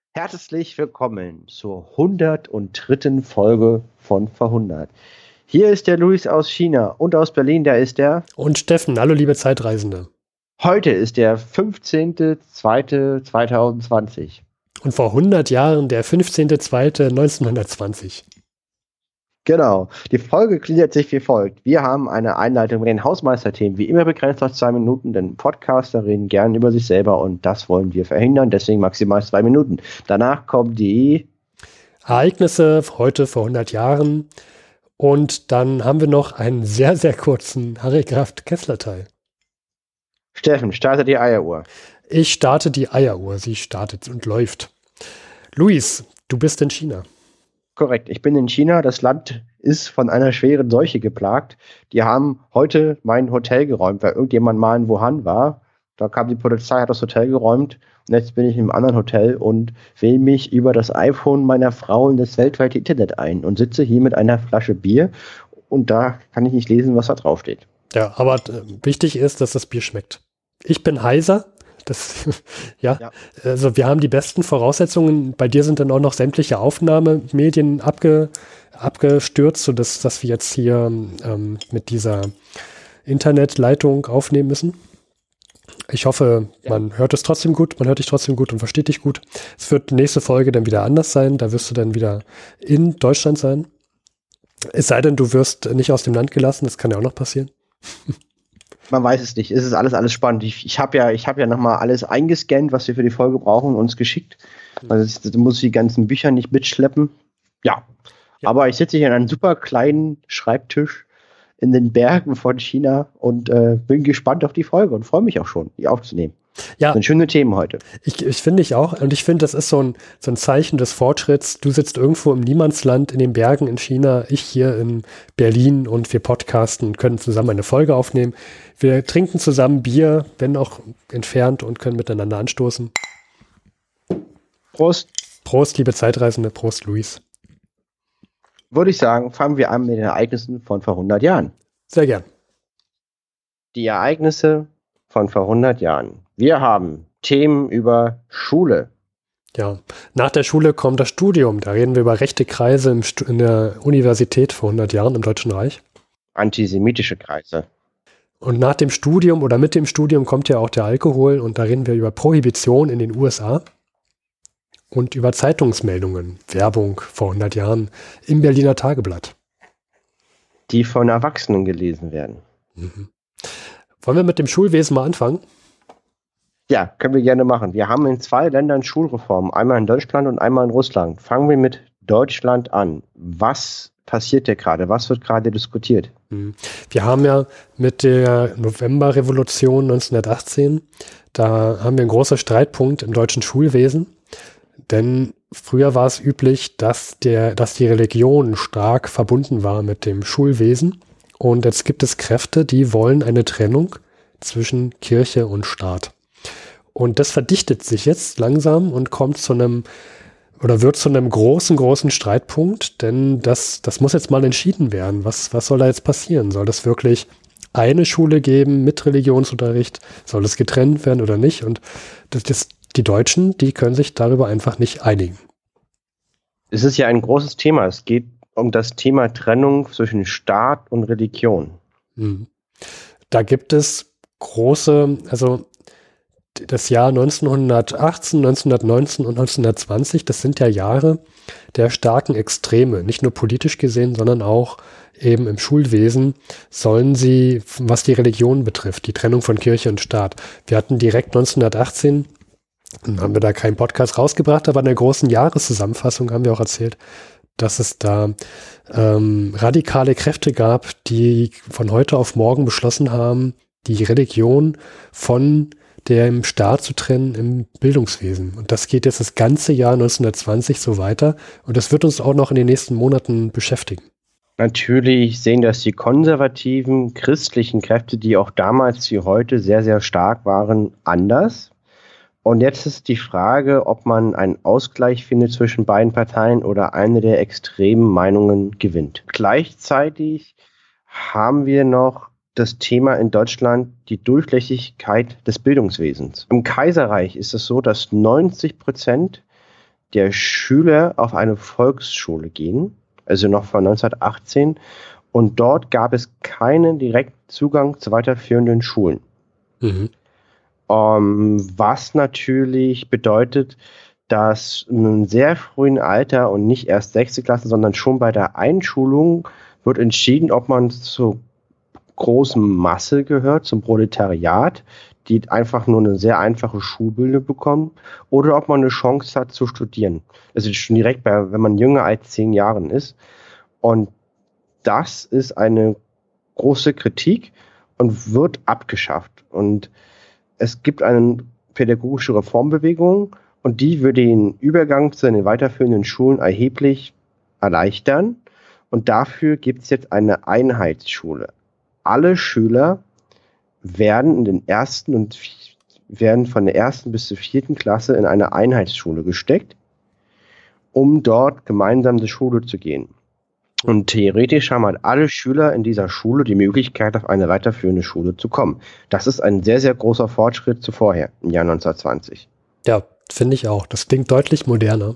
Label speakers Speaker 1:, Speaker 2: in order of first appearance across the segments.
Speaker 1: Herzlich willkommen zur 103. Folge von Verhundert. Hier ist der Luis aus China und aus Berlin, da ist der.
Speaker 2: Und Steffen, hallo liebe Zeitreisende.
Speaker 1: Heute ist der 15.02.2020.
Speaker 2: Und vor 100 Jahren der 15.02.1920.
Speaker 1: Genau. Die Folge gliedert sich wie folgt. Wir haben eine Einleitung mit den Hausmeisterthemen, wie immer begrenzt auf 2 Minuten, denn Podcaster reden gern über sich selber und das wollen wir verhindern, deswegen maximal 2 Minuten. Danach kommen die
Speaker 2: Ereignisse heute vor 100 Jahren und dann haben wir noch einen sehr, sehr kurzen Harry Kraft Kessler-Teil.
Speaker 1: Steffen, starte die Eieruhr.
Speaker 2: Ich starte die Eieruhr, sie startet und läuft. Luis, du bist in China.
Speaker 1: Korrekt, ich bin in China. Das Land ist von einer schweren Seuche geplagt. Die haben heute mein Hotel geräumt, weil irgendjemand mal in Wuhan war. Da kam die Polizei, hat das Hotel geräumt und jetzt bin ich in einem anderen Hotel und wähle mich über das iPhone meiner Frau in das weltweite Internet ein und sitze hier mit einer Flasche Bier und da kann ich nicht lesen, was da drauf steht.
Speaker 2: Ja, aber wichtig ist, dass das Bier schmeckt. Ich bin heiser. Ja, also wir haben die besten Voraussetzungen. Bei dir sind dann auch noch sämtliche Aufnahmemedien abgestürzt, sodass wir jetzt hier mit dieser Internetleitung aufnehmen müssen. Ich hoffe, man hört es trotzdem gut, man hört dich trotzdem gut und versteht dich gut. Es wird nächste Folge dann wieder anders sein, da wirst du dann wieder in Deutschland sein. Es sei denn, du wirst nicht aus dem Land gelassen, das kann ja auch noch passieren.
Speaker 1: Man weiß es nicht. Es ist alles spannend. Ich hab ja nochmal alles eingescannt, was wir für die Folge brauchen, und uns geschickt. Also du musst die ganzen Bücher nicht mitschleppen. Ja. Aber ich sitze hier an einem super kleinen Schreibtisch in den Bergen von China und bin gespannt auf die Folge und freue mich auch schon, die aufzunehmen.
Speaker 2: Ja.
Speaker 1: Das sind schöne Themen heute.
Speaker 2: Ich finde ich auch. Und ich finde, das ist so ein Zeichen des Fortschritts. Du sitzt irgendwo im Niemandsland in den Bergen in China, ich hier in Berlin und wir podcasten und können zusammen eine Folge aufnehmen. Wir trinken zusammen Bier, wenn auch entfernt, und können miteinander anstoßen.
Speaker 1: Prost.
Speaker 2: Prost, liebe Zeitreisende. Prost, Luis.
Speaker 1: Würde ich sagen, fangen wir an mit den Ereignissen von vor 100 Jahren.
Speaker 2: Sehr gern.
Speaker 1: Die Ereignisse von vor 100 Jahren. Wir haben Themen über Schule.
Speaker 2: Ja, nach der Schule kommt das Studium. Da reden wir über rechte Kreise in der Universität vor 100 Jahren im Deutschen Reich.
Speaker 1: Antisemitische Kreise.
Speaker 2: Und nach dem Studium oder mit dem Studium kommt ja auch der Alkohol und da reden wir über Prohibition in den USA und über Zeitungsmeldungen, Werbung vor 100 Jahren im Berliner Tageblatt.
Speaker 1: Die von Erwachsenen gelesen werden.
Speaker 2: Mhm. Wollen wir mit dem Schulwesen mal anfangen?
Speaker 1: Ja, können wir gerne machen. Wir haben in 2 Ländern Schulreformen, einmal in Deutschland und einmal in Russland. Fangen wir mit Deutschland an. Was passiert da gerade? Was wird gerade diskutiert?
Speaker 2: Wir haben ja mit der Novemberrevolution 1918, da haben wir einen großen Streitpunkt im deutschen Schulwesen, denn früher war es üblich, dass die Religion stark verbunden war mit dem Schulwesen, und jetzt gibt es Kräfte, die wollen eine Trennung zwischen Kirche und Staat. Und das verdichtet sich jetzt langsam und wird zu einem großen Streitpunkt, denn das muss jetzt mal entschieden werden. Was soll da jetzt passieren? Soll das wirklich eine Schule geben mit Religionsunterricht? Soll das getrennt werden oder nicht? Und die Deutschen, die können sich darüber einfach nicht einigen.
Speaker 1: Es ist ja ein großes Thema. Es geht um das Thema Trennung zwischen Staat und Religion.
Speaker 2: Da gibt es das Jahr 1918, 1919 und 1920, das sind ja Jahre der starken Extreme, nicht nur politisch gesehen, sondern auch eben im Schulwesen sollen sie, was die Religion betrifft, die Trennung von Kirche und Staat. Wir hatten direkt 1918, haben wir da keinen Podcast rausgebracht, aber in der großen Jahreszusammenfassung haben wir auch erzählt, dass es da radikale Kräfte gab, die von heute auf morgen beschlossen haben, die Religion von dem Staat zu trennen im Bildungswesen. Und das geht jetzt das ganze Jahr 1920 so weiter. Und das wird uns auch noch in den nächsten Monaten beschäftigen.
Speaker 1: Natürlich sehen das die konservativen christlichen Kräfte, die auch damals wie heute sehr, sehr stark waren, anders. Und jetzt ist die Frage, ob man einen Ausgleich findet zwischen beiden Parteien oder eine der extremen Meinungen gewinnt. Gleichzeitig haben wir noch das Thema in Deutschland, die Durchlässigkeit des Bildungswesens. Im Kaiserreich ist es so, dass 90% der Schüler auf eine Volksschule gehen, also noch von 1918, und dort gab es keinen direkten Zugang zu weiterführenden Schulen.
Speaker 2: Mhm.
Speaker 1: Was natürlich bedeutet, dass in einem sehr frühen Alter und nicht erst 6. Klasse, sondern schon bei der Einschulung wird entschieden, ob man zur großen Masse gehört, zum Proletariat, die einfach nur eine sehr einfache Schulbildung bekommen, oder ob man eine Chance hat zu studieren. Also schon direkt, wenn man jünger als 10 Jahren ist. Und das ist eine große Kritik und wird abgeschafft. Und es gibt eine pädagogische Reformbewegung und die würde den Übergang zu den weiterführenden Schulen erheblich erleichtern. Und dafür gibt es jetzt eine Einheitsschule. Alle Schüler werden werden von der 1. bis zur 4. Klasse in eine Einheitsschule gesteckt, um dort gemeinsam zur Schule zu gehen. Und theoretisch haben halt alle Schüler in dieser Schule die Möglichkeit, auf eine weiterführende Schule zu kommen. Das ist ein sehr, sehr großer Fortschritt zu vorher, im Jahr 1920.
Speaker 2: Ja, finde ich auch. Das klingt deutlich moderner.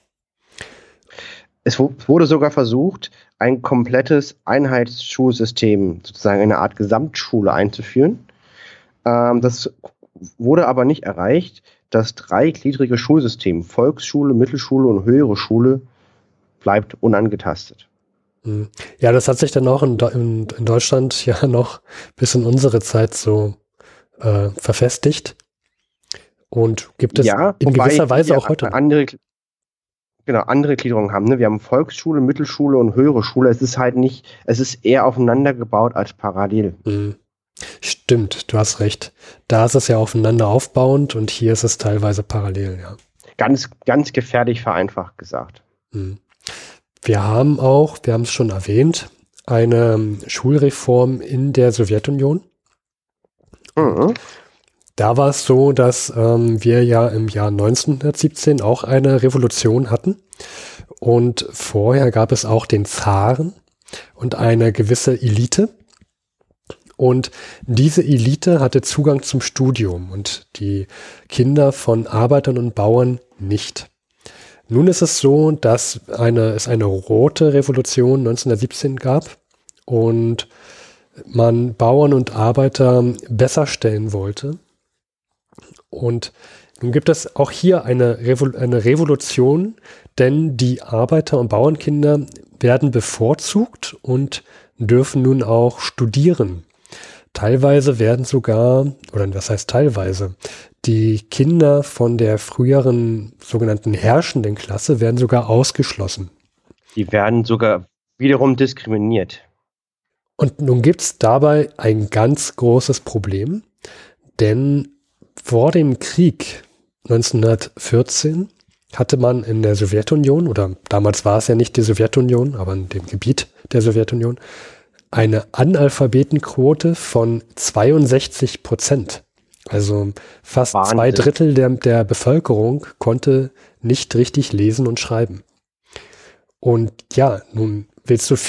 Speaker 1: Es wurde sogar versucht, ein komplettes Einheitsschulsystem, sozusagen eine Art Gesamtschule einzuführen. Das wurde aber nicht erreicht. Das dreigliedrige Schulsystem, Volksschule, Mittelschule und höhere Schule, bleibt unangetastet.
Speaker 2: Ja, das hat sich dann auch in Deutschland ja noch bis in unsere Zeit so verfestigt und gibt es in gewisser Weise auch heute.
Speaker 1: Andere Gliederungen haben. Ne? Wir haben Volksschule, Mittelschule und höhere Schule. Es ist eher aufeinander gebaut als parallel.
Speaker 2: Stimmt, du hast recht. Da ist es ja aufeinander aufbauend und hier ist es teilweise parallel, ja.
Speaker 1: Ganz, ganz gefährlich vereinfacht gesagt.
Speaker 2: Wir haben es schon erwähnt, eine Schulreform in der Sowjetunion. Da war es so, dass wir ja im Jahr 1917 auch eine Revolution hatten. Und vorher gab es auch den Zaren und eine gewisse Elite. Und diese Elite hatte Zugang zum Studium und die Kinder von Arbeitern und Bauern nicht. Nun ist es so, dass es eine rote Revolution 1917 gab und man Bauern und Arbeiter besser stellen wollte. Und nun gibt es auch hier eine Revolution, denn die Arbeiter- und Bauernkinder werden bevorzugt und dürfen nun auch studieren. Teilweise werden sogar, oder was heißt teilweise, die Kinder von der früheren sogenannten herrschenden Klasse werden sogar ausgeschlossen.
Speaker 1: Die werden sogar wiederum diskriminiert.
Speaker 2: Und nun gibt es dabei ein ganz großes Problem, denn vor dem Krieg 1914 hatte man in der Sowjetunion, oder damals war es ja nicht die Sowjetunion, aber in dem Gebiet der Sowjetunion, eine Analphabetenquote von 62%. Also fast
Speaker 1: Wahnsinn.
Speaker 2: 2/3 der Bevölkerung konnte nicht richtig lesen und schreiben. Und ja, nun willst du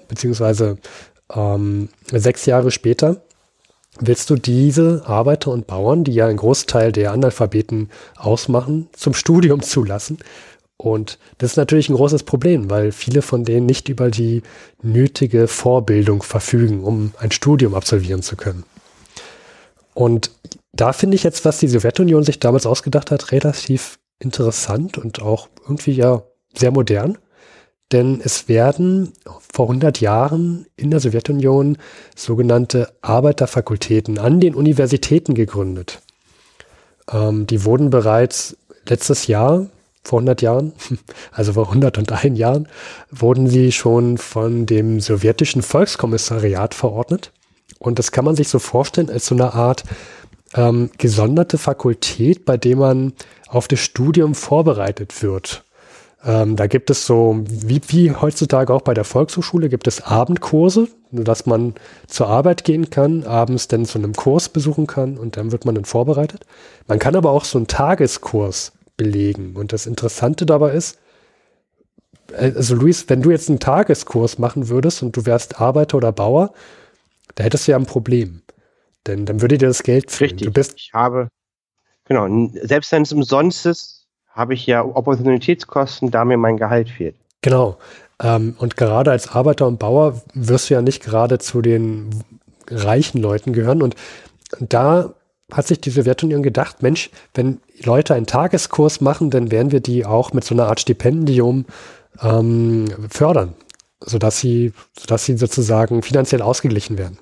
Speaker 2: 6 Jahre später, willst du diese Arbeiter und Bauern, die ja einen Großteil der Analphabeten ausmachen, zum Studium zulassen. Und das ist natürlich ein großes Problem, weil viele von denen nicht über die nötige Vorbildung verfügen, um ein Studium absolvieren zu können. Und da finde ich jetzt, was die Sowjetunion sich damals ausgedacht hat, relativ interessant und auch irgendwie ja sehr modern. Denn es werden vor 100 Jahren in der Sowjetunion sogenannte Arbeiterfakultäten an den Universitäten gegründet. Die wurden bereits letztes Jahr, vor 100 Jahren, also vor 101 Jahren, wurden sie schon von dem sowjetischen Volkskommissariat verordnet. Und das kann man sich so vorstellen als so eine Art gesonderte Fakultät, bei der man auf das Studium vorbereitet wird. Da gibt es so, wie heutzutage auch bei der Volkshochschule, gibt es Abendkurse, dass man zur Arbeit gehen kann, abends dann zu einem Kurs besuchen kann und dann wird man dann vorbereitet. Man kann aber auch so einen Tageskurs belegen. Und das Interessante dabei ist, also Luis, wenn du jetzt einen Tageskurs machen würdest und du wärst Arbeiter oder Bauer, da hättest du ja ein Problem. Denn dann würde dir das Geld fehlen.
Speaker 1: Richtig, selbst wenn es umsonst ist, habe ich ja Opportunitätskosten, da mir mein Gehalt fehlt.
Speaker 2: Genau. Und gerade als Arbeiter und Bauer wirst du ja nicht gerade zu den reichen Leuten gehören. Und da hat sich die Sowjetunion gedacht, Mensch, wenn Leute einen Tageskurs machen, dann werden wir die auch mit so einer Art Stipendium fördern, sodass sie sozusagen finanziell ausgeglichen werden.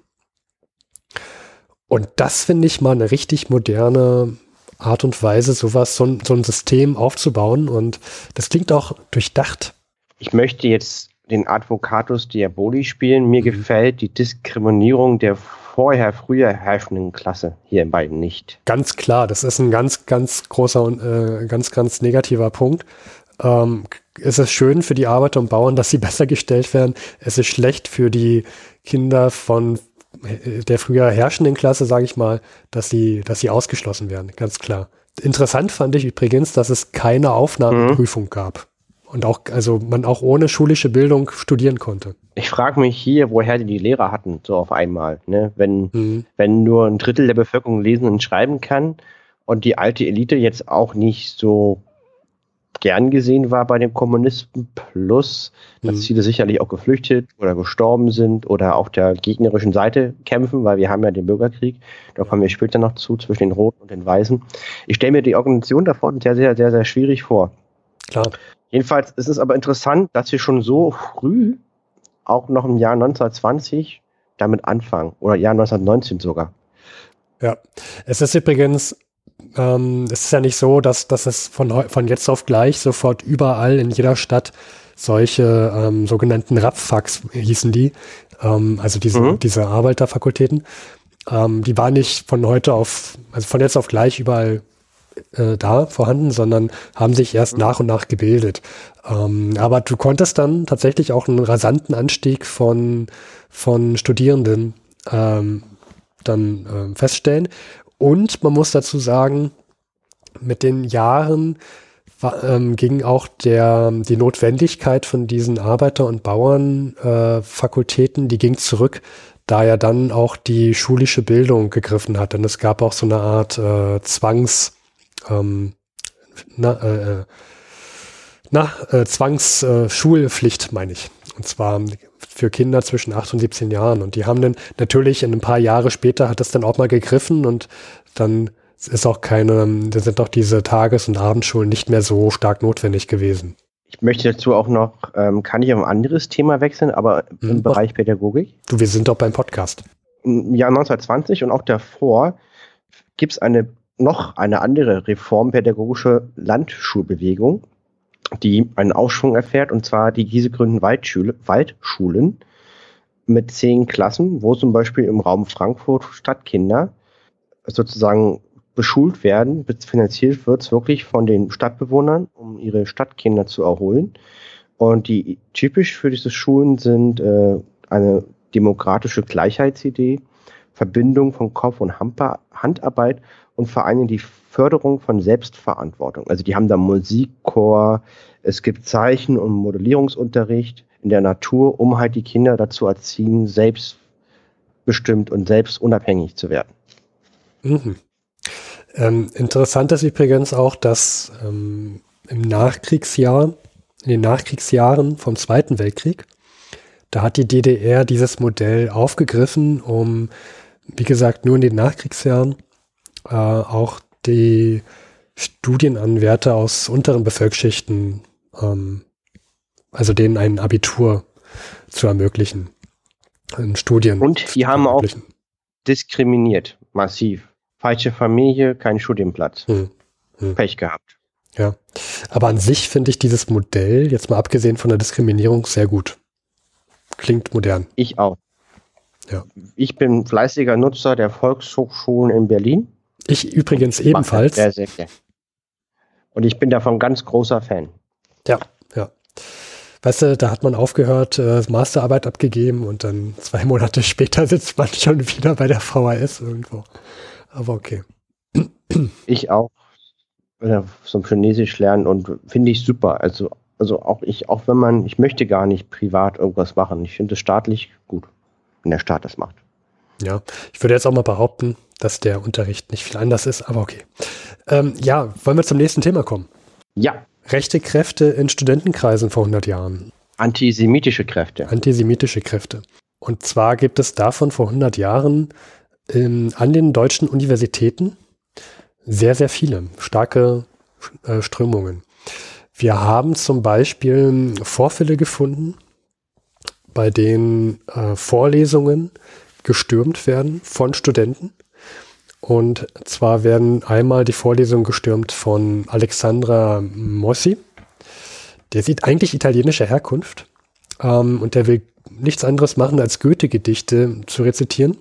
Speaker 2: Und das finde ich mal eine richtig moderne Art und Weise, so ein System aufzubauen. Und das klingt auch durchdacht.
Speaker 1: Ich möchte jetzt den Advocatus Diaboli spielen. Mir gefällt die Diskriminierung der früher herrschenden Klasse hier in beiden nicht.
Speaker 2: Ganz klar, das ist ein ganz, ganz großer und ganz, ganz negativer Punkt. Es ist schön für die Arbeiter und Bauern, dass sie besser gestellt werden. Es ist schlecht für die Kinder von der früher herrschenden Klasse, sage ich mal, dass sie ausgeschlossen werden, ganz klar. Interessant fand ich übrigens, dass es keine Aufnahmeprüfung gab. Und man auch ohne schulische Bildung studieren konnte.
Speaker 1: Ich frage mich hier, woher die Lehrer hatten, so auf einmal. Ne? Wenn nur ein Drittel der Bevölkerung lesen und schreiben kann und die alte Elite jetzt auch nicht so gern gesehen war bei den Kommunisten, plus, dass viele sicherlich auch geflüchtet oder gestorben sind oder auf der gegnerischen Seite kämpfen, weil wir haben ja den Bürgerkrieg, da kommen wir später noch zwischen den Roten und den Weißen. Ich stelle mir die Organisation davon sehr, sehr, sehr, sehr schwierig vor.
Speaker 2: Klar.
Speaker 1: Jedenfalls ist es aber interessant, dass wir schon so früh, auch noch im Jahr 1920, damit anfangen. Oder Jahr 1919 sogar.
Speaker 2: Ja, es ist übrigens, es ist ja nicht so, dass es von jetzt auf gleich sofort überall in jeder Stadt solche sogenannten Rapfaks hießen die, also diese Arbeiterfakultäten, die waren nicht von jetzt auf gleich überall da vorhanden, sondern haben sich erst nach und nach gebildet. Aber du konntest dann tatsächlich auch einen rasanten Anstieg von Studierenden feststellen. Und man muss dazu sagen, mit den Jahren ging auch die Notwendigkeit von diesen Arbeiter- und Bauernfakultäten, die ging zurück, da ja dann auch die schulische Bildung gegriffen hat. Denn es gab auch so eine Art Zwangsschulpflicht, meine ich. Und zwar für Kinder zwischen 8 und 17 Jahren. Und die haben dann natürlich ein paar Jahre später hat das dann auch mal gegriffen und dann sind auch diese Tages- und Abendschulen nicht mehr so stark notwendig gewesen.
Speaker 1: Ich möchte dazu auch noch, kann ich auf ein anderes Thema wechseln, aber im Bereich Pädagogik?
Speaker 2: Wir sind doch beim Podcast.
Speaker 1: Im Jahr 1920 und auch davor gibt es noch eine andere reformpädagogische Landschulbewegung, die einen Aufschwung erfährt, und zwar die Giesegründen Waldschulen mit 10 Klassen, wo zum Beispiel im Raum Frankfurt Stadtkinder sozusagen beschult werden, finanziert wird es wirklich von den Stadtbewohnern, um ihre Stadtkinder zu erholen. Und die typisch für diese Schulen sind eine demokratische Gleichheitsidee, Verbindung von Kopf- und Handarbeit und vor allem die Förderung von Selbstverantwortung. Also die haben da Musikchor, es gibt Zeichen- und Modellierungsunterricht in der Natur, um halt die Kinder dazu erziehen, selbstbestimmt und selbstunabhängig zu werden.
Speaker 2: Mhm. Interessant ist übrigens auch, dass in den Nachkriegsjahren vom Zweiten Weltkrieg, da hat die DDR dieses Modell aufgegriffen, um, wie gesagt, nur in den Nachkriegsjahren auch die Studienanwärter aus unteren Bevölkerungsschichten, also denen ein Abitur zu ermöglichen, Studien.
Speaker 1: Und die haben auch diskriminiert, massiv. Falsche Familie, kein Studienplatz. Pech gehabt.
Speaker 2: Ja, aber an sich finde ich dieses Modell, jetzt mal abgesehen von der Diskriminierung, sehr gut. Klingt modern.
Speaker 1: Ich auch.
Speaker 2: Ja.
Speaker 1: Ich bin fleißiger Nutzer der Volkshochschulen in Berlin.
Speaker 2: Ich übrigens ebenfalls.
Speaker 1: Sehr, sehr gerne. Und ich bin davon ganz großer Fan.
Speaker 2: Ja. Weißt du, da hat man aufgehört, Masterarbeit abgegeben und dann 2 Monate später sitzt man schon wieder bei der VHS irgendwo. Aber okay.
Speaker 1: Ich auch. Zum Chinesisch lernen und finde ich super. Also auch ich möchte gar nicht privat irgendwas machen. Ich finde es staatlich gut, wenn der Staat das macht.
Speaker 2: Ja, ich würde jetzt auch mal behaupten, dass der Unterricht nicht viel anders ist, aber okay. Wollen wir zum nächsten Thema kommen?
Speaker 1: Ja.
Speaker 2: Rechte Kräfte in Studentenkreisen vor 100 Jahren.
Speaker 1: Antisemitische Kräfte.
Speaker 2: Antisemitische Kräfte. Und zwar gibt es davon vor 100 Jahren an den deutschen Universitäten sehr, sehr viele starke Strömungen. Wir haben zum Beispiel Vorfälle gefunden, bei denen Vorlesungen gestürmt werden von Studenten. Und zwar werden einmal die Vorlesungen gestürmt von Alexandra Mossi. Der sieht eigentlich italienischer Herkunft und der will nichts anderes machen, als Goethe-Gedichte zu rezitieren.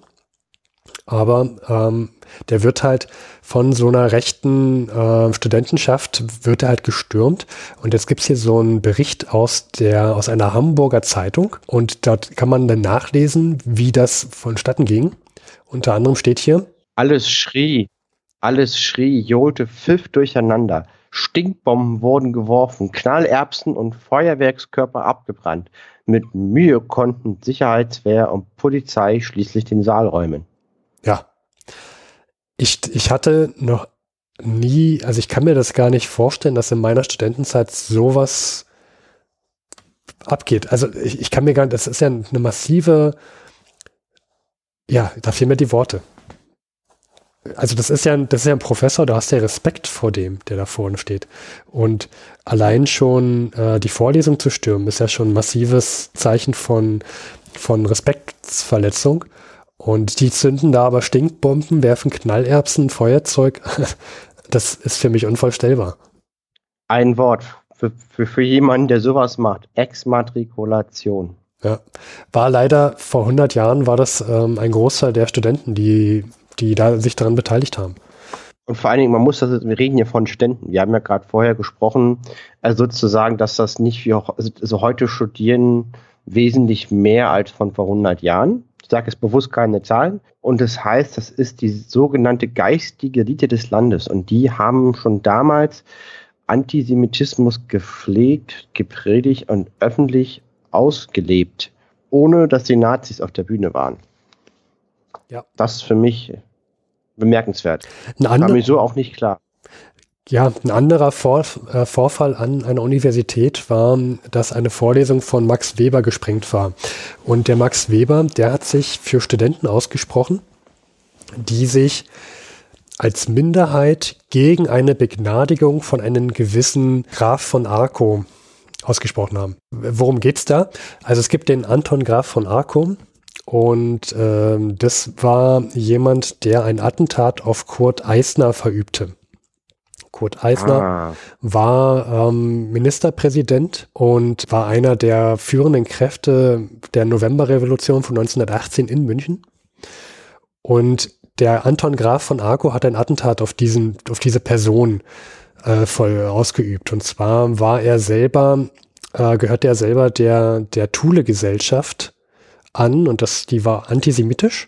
Speaker 2: Aber der wird halt von so einer rechten Studentenschaft wird er halt gestürmt. Und jetzt gibt's hier so einen Bericht aus einer Hamburger Zeitung. Und dort kann man dann nachlesen, wie das vonstatten ging. Unter anderem steht hier:
Speaker 1: Alles schrie, johlte, pfiff durcheinander. Stinkbomben wurden geworfen, Knallerbsen und Feuerwerkskörper abgebrannt. Mit Mühe konnten Sicherheitswehr und Polizei schließlich den Saal räumen.
Speaker 2: Ja. Ich hatte noch nie, also ich kann mir das gar nicht vorstellen, dass in meiner Studentenzeit sowas abgeht. Also ich kann mir gar nicht, das ist ja eine massive, ja, da fehlen mir die Worte. Also das ist ja ein Professor, da hast du ja Respekt vor dem, der da vorne steht. Und allein schon die Vorlesung zu stürmen, ist ja schon ein massives Zeichen von Respektsverletzung. Und die zünden da aber Stinkbomben, werfen Knallerbsen, Feuerzeug. Das ist für mich unvorstellbar.
Speaker 1: Ein Wort für jemanden, der sowas macht. Exmatrikulation.
Speaker 2: Ja, war leider vor 100 Jahren war das ein Großteil der Studenten, die da sich daran beteiligt haben.
Speaker 1: Und vor allen Dingen, wir reden hier von Ständen. Wir haben ja gerade vorher gesprochen, also sozusagen, dass das nicht wie auch, also heute studieren wesentlich mehr als von vor 100 Jahren. Ich sage jetzt bewusst keine Zahlen. Und das heißt, das ist die sogenannte geistige Elite des Landes. Und die haben schon damals Antisemitismus gepflegt, gepredigt und öffentlich ausgelebt, ohne dass die Nazis auf der Bühne waren. Ja. Das ist für mich bemerkenswert. War mir so auch nicht klar.
Speaker 2: Ja, ein anderer Vorfall an einer Universität war, dass eine Vorlesung von Max Weber gesprengt war. Und der Max Weber, der hat sich für Studenten ausgesprochen, die sich als Minderheit gegen eine Begnadigung von einem gewissen Graf von Arco ausgesprochen haben. Worum geht's da? Also es gibt den Anton Graf von Arco und das war jemand, der ein Attentat auf Kurt Eisner verübte. Kurt Eisner war Ministerpräsident und war einer der führenden Kräfte der Novemberrevolution von 1918 in München. Und der Anton Graf von Arco hat ein Attentat auf diese Person voll ausgeübt. Und zwar gehörte er selber der Thule-Gesellschaft an und die war antisemitisch.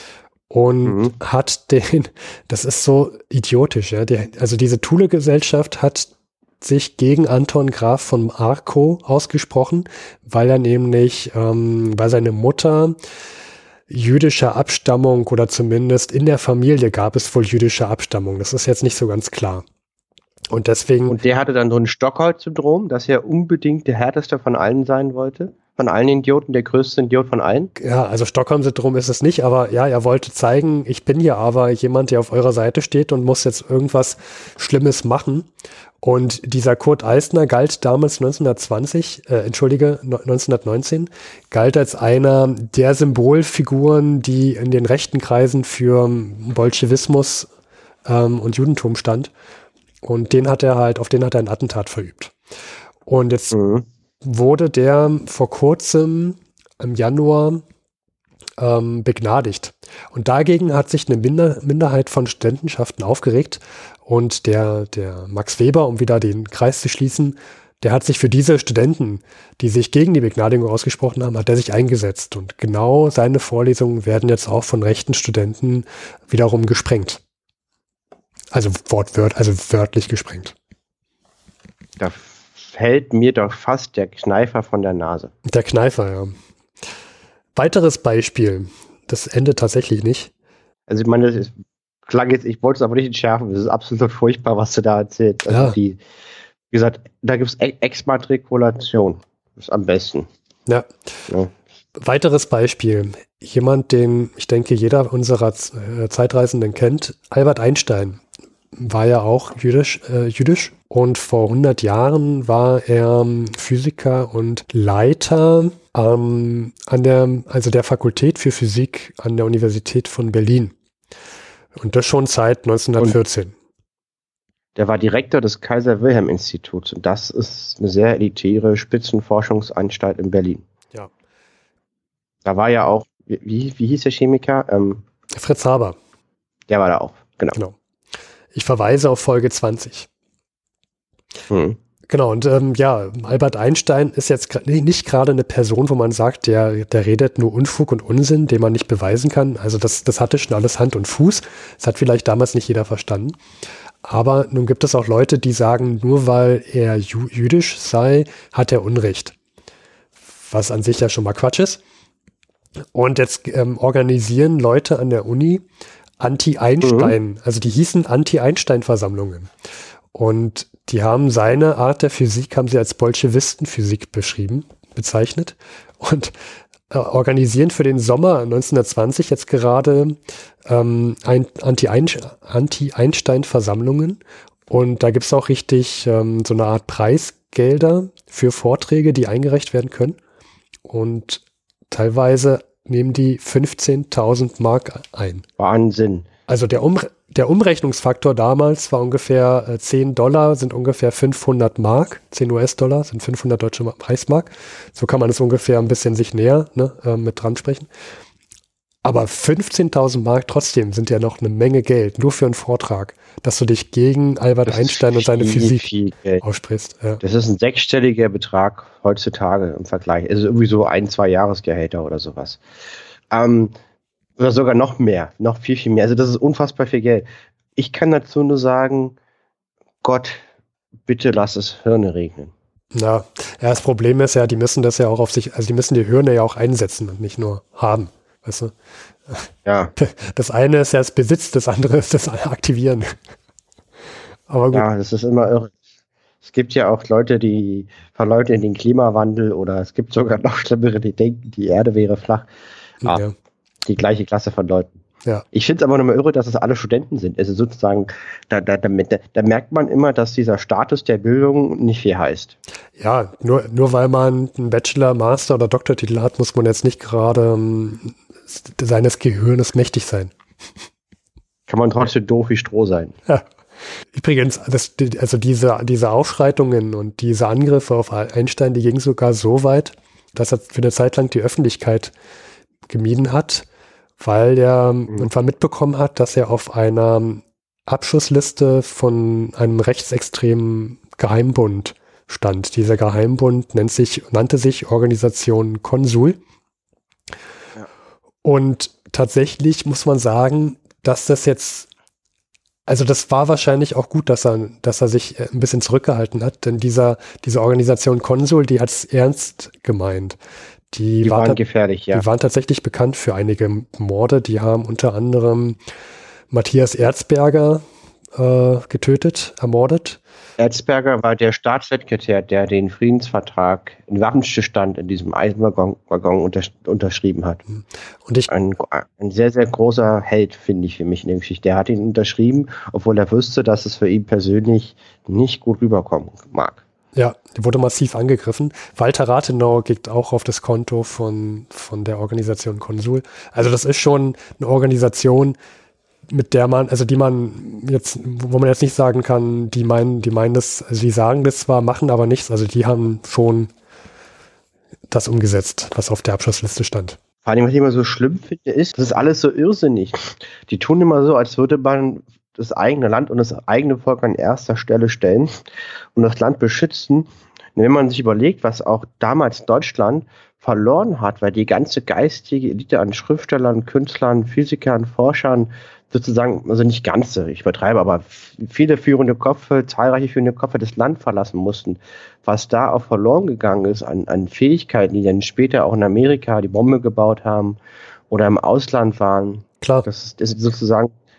Speaker 2: Und das ist so idiotisch, ja. Also diese Thule-Gesellschaft hat sich gegen Anton Graf von Arco ausgesprochen, weil er nämlich, weil seine Mutter jüdischer Abstammung oder zumindest in der Familie gab es wohl jüdische Abstammung. Das ist jetzt nicht so ganz klar. Und deswegen. Und
Speaker 1: der hatte dann so ein Stockholm-Syndrom, dass er unbedingt der härteste von allen sein wollte? Von allen Idioten, der größte Idiot von allen?
Speaker 2: Ja, also Stockholm-Syndrom ist es nicht, aber ja, er wollte zeigen, ich bin ja aber jemand, der auf eurer Seite steht und muss jetzt irgendwas Schlimmes machen. Und dieser Kurt Eisner galt damals 1919, galt als einer der Symbolfiguren, die in den rechten Kreisen für Bolschewismus und Judentum stand. Und auf den hat er ein Attentat verübt. Und jetzt wurde der vor kurzem im Januar begnadigt. Und dagegen hat sich eine Minderheit von Studentenschaften aufgeregt. Und der Max Weber, um wieder den Kreis zu schließen, der hat sich für diese Studenten, die sich gegen die Begnadigung ausgesprochen haben, hat er sich eingesetzt. Und genau seine Vorlesungen werden jetzt auch von rechten Studenten wiederum gesprengt. Also wörtlich gesprengt.
Speaker 1: Da fällt mir doch fast der Kneifer von der Nase.
Speaker 2: Der Kneifer, ja. Weiteres Beispiel, das endet tatsächlich nicht.
Speaker 1: Also ich meine, ich wollte es aber nicht entschärfen, das ist absolut furchtbar, was du da erzählst. Also Wie gesagt, da gibt es Exmatrikulation. Das ist am besten.
Speaker 2: Ja. Weiteres Beispiel. Jemand, den ich denke, jeder unserer Zeitreisenden kennt, Albert Einstein, war ja auch jüdisch und vor 100 Jahren war er Physiker und Leiter an der Fakultät für Physik an der Universität von Berlin. Und das schon seit 1914. Und
Speaker 1: der war Direktor des Kaiser-Wilhelm-Instituts und das ist eine sehr elitäre Spitzenforschungsanstalt in Berlin.
Speaker 2: Ja.
Speaker 1: Da war ja auch, wie hieß der Chemiker?
Speaker 2: Fritz Haber.
Speaker 1: Der war da auch, genau.
Speaker 2: Ich verweise auf Folge 20. Genau, und Albert Einstein ist jetzt nicht gerade eine Person, wo man sagt, der redet nur Unfug und Unsinn, den man nicht beweisen kann. Also das hatte schon alles Hand und Fuß. Das hat vielleicht damals nicht jeder verstanden. Aber nun gibt es auch Leute, die sagen, nur weil er jüdisch sei, hat er Unrecht. Was an sich ja schon mal Quatsch ist. Und jetzt organisieren Leute an der Uni Anti-Einstein, also die hießen Anti-Einstein-Versammlungen. Und die haben seine Art der Physik, haben sie als Bolschewistenphysik bezeichnet und organisieren für den Sommer 1920 jetzt gerade Anti-Einstein-Versammlungen. Und da gibt es auch richtig so eine Art Preisgelder für Vorträge, die eingereicht werden können. Und teilweise nehmen die 15.000 Mark ein.
Speaker 1: Wahnsinn.
Speaker 2: Also der Umrechnungsfaktor damals war ungefähr $10 sind ungefähr 500 Mark, 10 US-Dollar sind 500 deutsche Reichsmark. So kann man es ungefähr ein bisschen sich näher mit dran sprechen. Aber 15.000 Mark trotzdem sind ja noch eine Menge Geld, nur für einen Vortrag, dass du dich gegen Albert Einstein und seine Physik aussprichst. Ja.
Speaker 1: Das ist ein sechsstelliger Betrag heutzutage im Vergleich. Also irgendwie so 1-2 Jahresgehälter oder sowas. Oder sogar noch mehr, noch viel, viel mehr. Also das ist unfassbar viel Geld. Ich kann dazu nur sagen, Gott, bitte lass es Hirne regnen.
Speaker 2: Ja, das Problem ist ja, die müssen das ja auch auf sich, also die müssen die Hirne ja auch einsetzen und nicht nur haben. Weißt du?
Speaker 1: Ja.
Speaker 2: Das eine ist ja das Besitz, das andere ist das Aktivieren. Aber gut.
Speaker 1: Ja, das ist immer irre. Es gibt ja auch Leute, die verleugnen den Klimawandel oder es gibt sogar noch schlimmere, die denken, die Erde wäre flach.
Speaker 2: Ja.
Speaker 1: Die gleiche Klasse von Leuten.
Speaker 2: Ja.
Speaker 1: Ich finde es aber nochmal irre, dass es alle Studenten sind. Also sozusagen, da merkt man immer, dass dieser Status der Bildung nicht viel heißt.
Speaker 2: Ja, nur weil man einen Bachelor, Master oder Doktortitel hat, muss man jetzt nicht gerade seines Gehirnes mächtig sein.
Speaker 1: Kann man trotzdem doof wie Stroh sein.
Speaker 2: Ja. Übrigens, diese Aufschreitungen und diese Angriffe auf Einstein, die gingen sogar so weit, dass er für eine Zeit lang die Öffentlichkeit gemieden hat, weil er irgendwann mitbekommen hat, dass er auf einer Abschussliste von einem rechtsextremen Geheimbund stand. Dieser Geheimbund nannte sich Organisation Konsul. Ja. Und tatsächlich muss man sagen, dass das jetzt, also das war wahrscheinlich auch gut, dass er sich ein bisschen zurückgehalten hat, denn diese Organisation Konsul, die hat es ernst gemeint. Die waren
Speaker 1: gefährlich, ja.
Speaker 2: Die waren tatsächlich bekannt für einige Morde. Die haben unter anderem Matthias Erzberger ermordet.
Speaker 1: Erzberger war der Staatssekretär, der den Friedensvertrag in Waffenstillstand in diesem Eisenwaggon unterschrieben hat. Und ein sehr, sehr großer Held, finde ich, für mich in der Geschichte. Der hat ihn unterschrieben, obwohl er wusste, dass es für ihn persönlich nicht gut rüberkommen mag.
Speaker 2: Ja, der wurde massiv angegriffen. Walter Rathenau geht auch auf das Konto von der Organisation Konsul. Also das ist schon eine Organisation, mit der man, also wo man jetzt nicht sagen kann, die meinen das, also die sagen das zwar, machen aber nichts, also die haben schon das umgesetzt, was auf der Abschlussliste stand.
Speaker 1: Vor allem, was ich immer so schlimm finde, ist, das ist alles so irrsinnig. Die tun immer so, als würde man das eigene Land und das eigene Volk an erster Stelle stellen und das Land beschützen. Und wenn man sich überlegt, was auch damals Deutschland verloren hat, weil die ganze geistige Elite an Schriftstellern, Künstlern, Physikern, Forschern sozusagen, also nicht ganze, ich übertreibe, aber viele führende Köpfe, zahlreiche führende Köpfe das Land verlassen mussten. Was da auch verloren gegangen ist an Fähigkeiten, die dann später auch in Amerika die Bombe gebaut haben oder im Ausland waren.
Speaker 2: Klar.
Speaker 1: Das ist sozusagen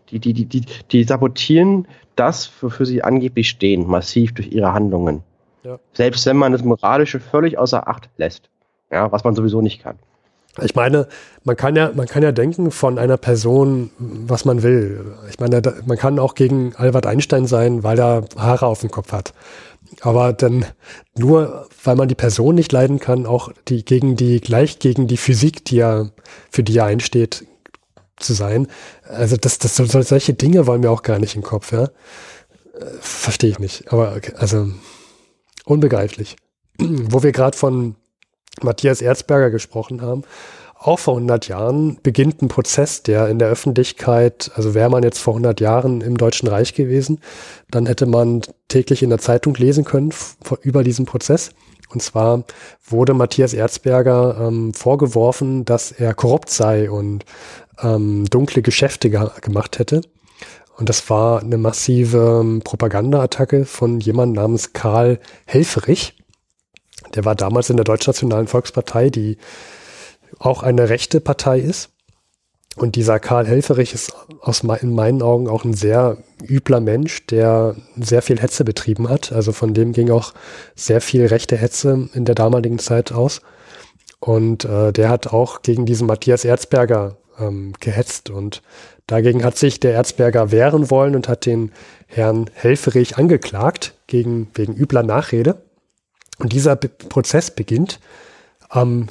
Speaker 1: Die sabotieren das, wofür sie angeblich stehen, massiv durch ihre Handlungen. Ja. Selbst wenn man das Moralische völlig außer Acht lässt. Ja, was man sowieso nicht kann.
Speaker 2: Ich meine, man kann ja denken von einer Person, was man will. Ich meine, man kann auch gegen Albert Einstein sein, weil er Haare auf dem Kopf hat. Aber dann nur, weil man die Person nicht leiden kann, auch gegen die Physik, für die er einsteht, zu sein. Also solche Dinge wollen wir auch gar nicht im Kopf, ja. Verstehe ich nicht. Aber okay, also unbegreiflich. Wo wir gerade von Matthias Erzberger gesprochen haben, auch vor 100 Jahren beginnt ein Prozess, der in der Öffentlichkeit, also wäre man jetzt vor 100 Jahren im Deutschen Reich gewesen, dann hätte man täglich in der Zeitung lesen können über diesen Prozess. Und zwar wurde Matthias Erzberger vorgeworfen, dass er korrupt sei und dunkle Geschäfte gemacht hätte. Und das war eine massive Propagandaattacke von jemandem namens Karl Helfferich. Der war damals in der Deutschnationalen Volkspartei, die auch eine rechte Partei ist. Und dieser Karl Helfferich ist in meinen Augen auch ein sehr übler Mensch, der sehr viel Hetze betrieben hat. Also von dem ging auch sehr viel rechte Hetze in der damaligen Zeit aus. Und der hat auch gegen diesen Matthias Erzberger gehetzt. Und dagegen hat sich der Erzberger wehren wollen und hat den Herrn Helfferich angeklagt wegen übler Nachrede. Und dieser Prozess beginnt am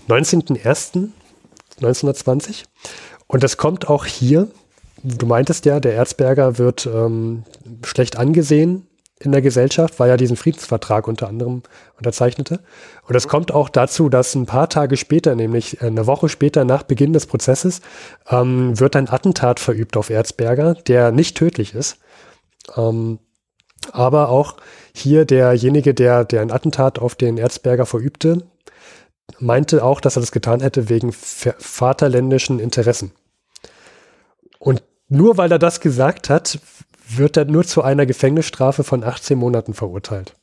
Speaker 2: 19.01.1920. Und das kommt auch hier, du meintest ja, der Erzberger wird schlecht angesehen in der Gesellschaft, weil er diesen Friedensvertrag unter anderem unterzeichnete. Und es kommt auch dazu, dass ein paar Tage später, nämlich eine Woche später nach Beginn des Prozesses, wird ein Attentat verübt auf Erzberger, der nicht tödlich ist. Aber auch hier derjenige, der ein Attentat auf den Erzberger verübte, meinte auch, dass er das getan hätte wegen vaterländischen Interessen. Und nur weil er das gesagt hat, wird er nur zu einer Gefängnisstrafe von 18 Monaten verurteilt.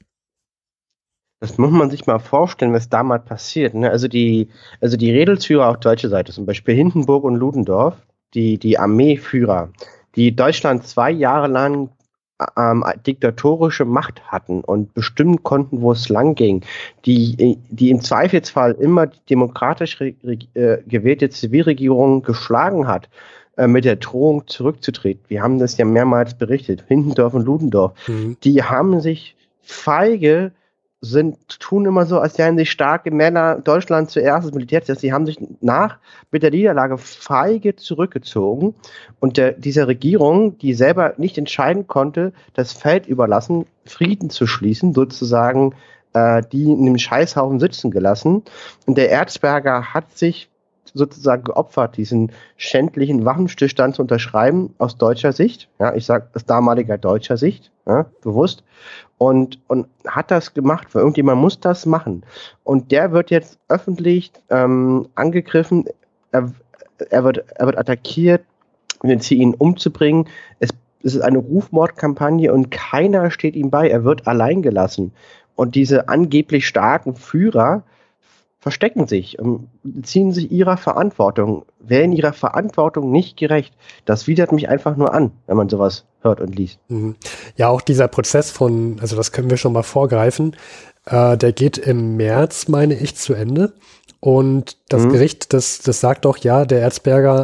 Speaker 1: Das muss man sich mal vorstellen, was damals passiert. Ne? Also die Rädelsführer auf deutscher Seite, zum Beispiel Hindenburg und Ludendorff, die Armeeführer, die Deutschland 2 Jahre lang diktatorische Macht hatten und bestimmen konnten, wo es lang ging, die im Zweifelsfall immer die demokratisch gewählte Zivilregierung geschlagen hat, mit der Drohung zurückzutreten. Wir haben das ja mehrmals berichtet, Hindenburg und Ludendorff. Die haben sich feige, tun immer so, als wären sie starke Männer, Deutschland zuerst, das Militär zuerst. Sie haben sich mit der Niederlage feige zurückgezogen und dieser Regierung, die selber nicht entscheiden konnte, das Feld überlassen, Frieden zu schließen, sozusagen die in dem Scheißhaufen sitzen gelassen. Und der Erzberger hat sich sozusagen geopfert, diesen schändlichen Waffenstillstand zu unterschreiben, aus deutscher Sicht. Ja, ich sage aus damaliger deutscher Sicht, ja, bewusst. Und hat das gemacht, weil irgendjemand muss das machen. Und der wird jetzt öffentlich angegriffen, er wird attackiert, um ihn umzubringen. Es ist eine Rufmordkampagne und keiner steht ihm bei, er wird allein gelassen. Und diese angeblich starken Führer verstecken sich und ziehen sich ihrer Verantwortung, werden ihrer Verantwortung nicht gerecht. Das widert mich einfach nur an, wenn man sowas hört und liest.
Speaker 2: Ja, auch dieser Prozess also das können wir schon mal vorgreifen, der geht im März, meine ich, zu Ende. Und das Gericht, das sagt auch, ja, der Erzberger,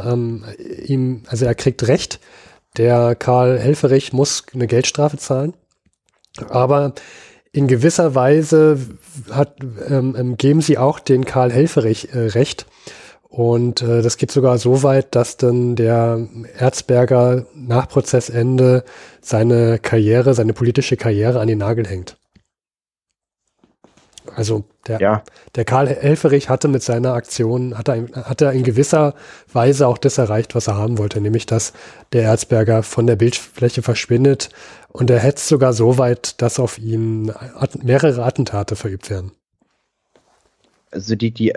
Speaker 2: er kriegt Recht, der Karl Helfferich muss eine Geldstrafe zahlen, aber in gewisser Weise geben sie auch den Karl Helfferich Recht. Und das geht sogar so weit, dass dann der Erzberger nach Prozessende seine politische Karriere an den Nagel hängt. Also der Karl Helfferich hatte mit seiner Aktion, hat er in gewisser Weise auch das erreicht, was er haben wollte, nämlich dass der Erzberger von der Bildfläche verschwindet, und er hetzt sogar so weit, dass auf ihn mehrere Attentate verübt werden.
Speaker 1: Also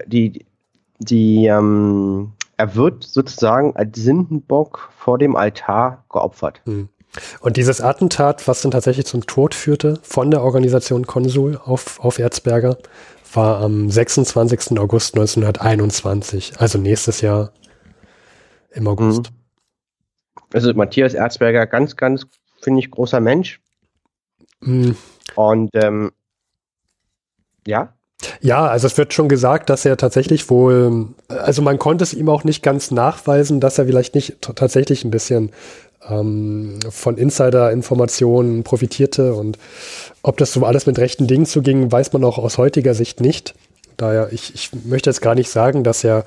Speaker 1: er wird sozusagen als Sündenbock vor dem Altar geopfert.
Speaker 2: Und dieses Attentat, was dann tatsächlich zum Tod führte von der Organisation Konsul auf Erzberger, war am 26. August 1921, also nächstes Jahr im August.
Speaker 1: Also Matthias Erzberger, ganz, ganz, finde ich, großer Mensch.
Speaker 2: Mm.
Speaker 1: Und ja.
Speaker 2: Ja, also es wird schon gesagt, dass er tatsächlich wohl, also man konnte es ihm auch nicht ganz nachweisen, dass er vielleicht nicht tatsächlich ein bisschen von Insider-Informationen profitierte, und ob das so alles mit rechten Dingen zuging, weiß man auch aus heutiger Sicht nicht. Daher, ich möchte jetzt gar nicht sagen, dass er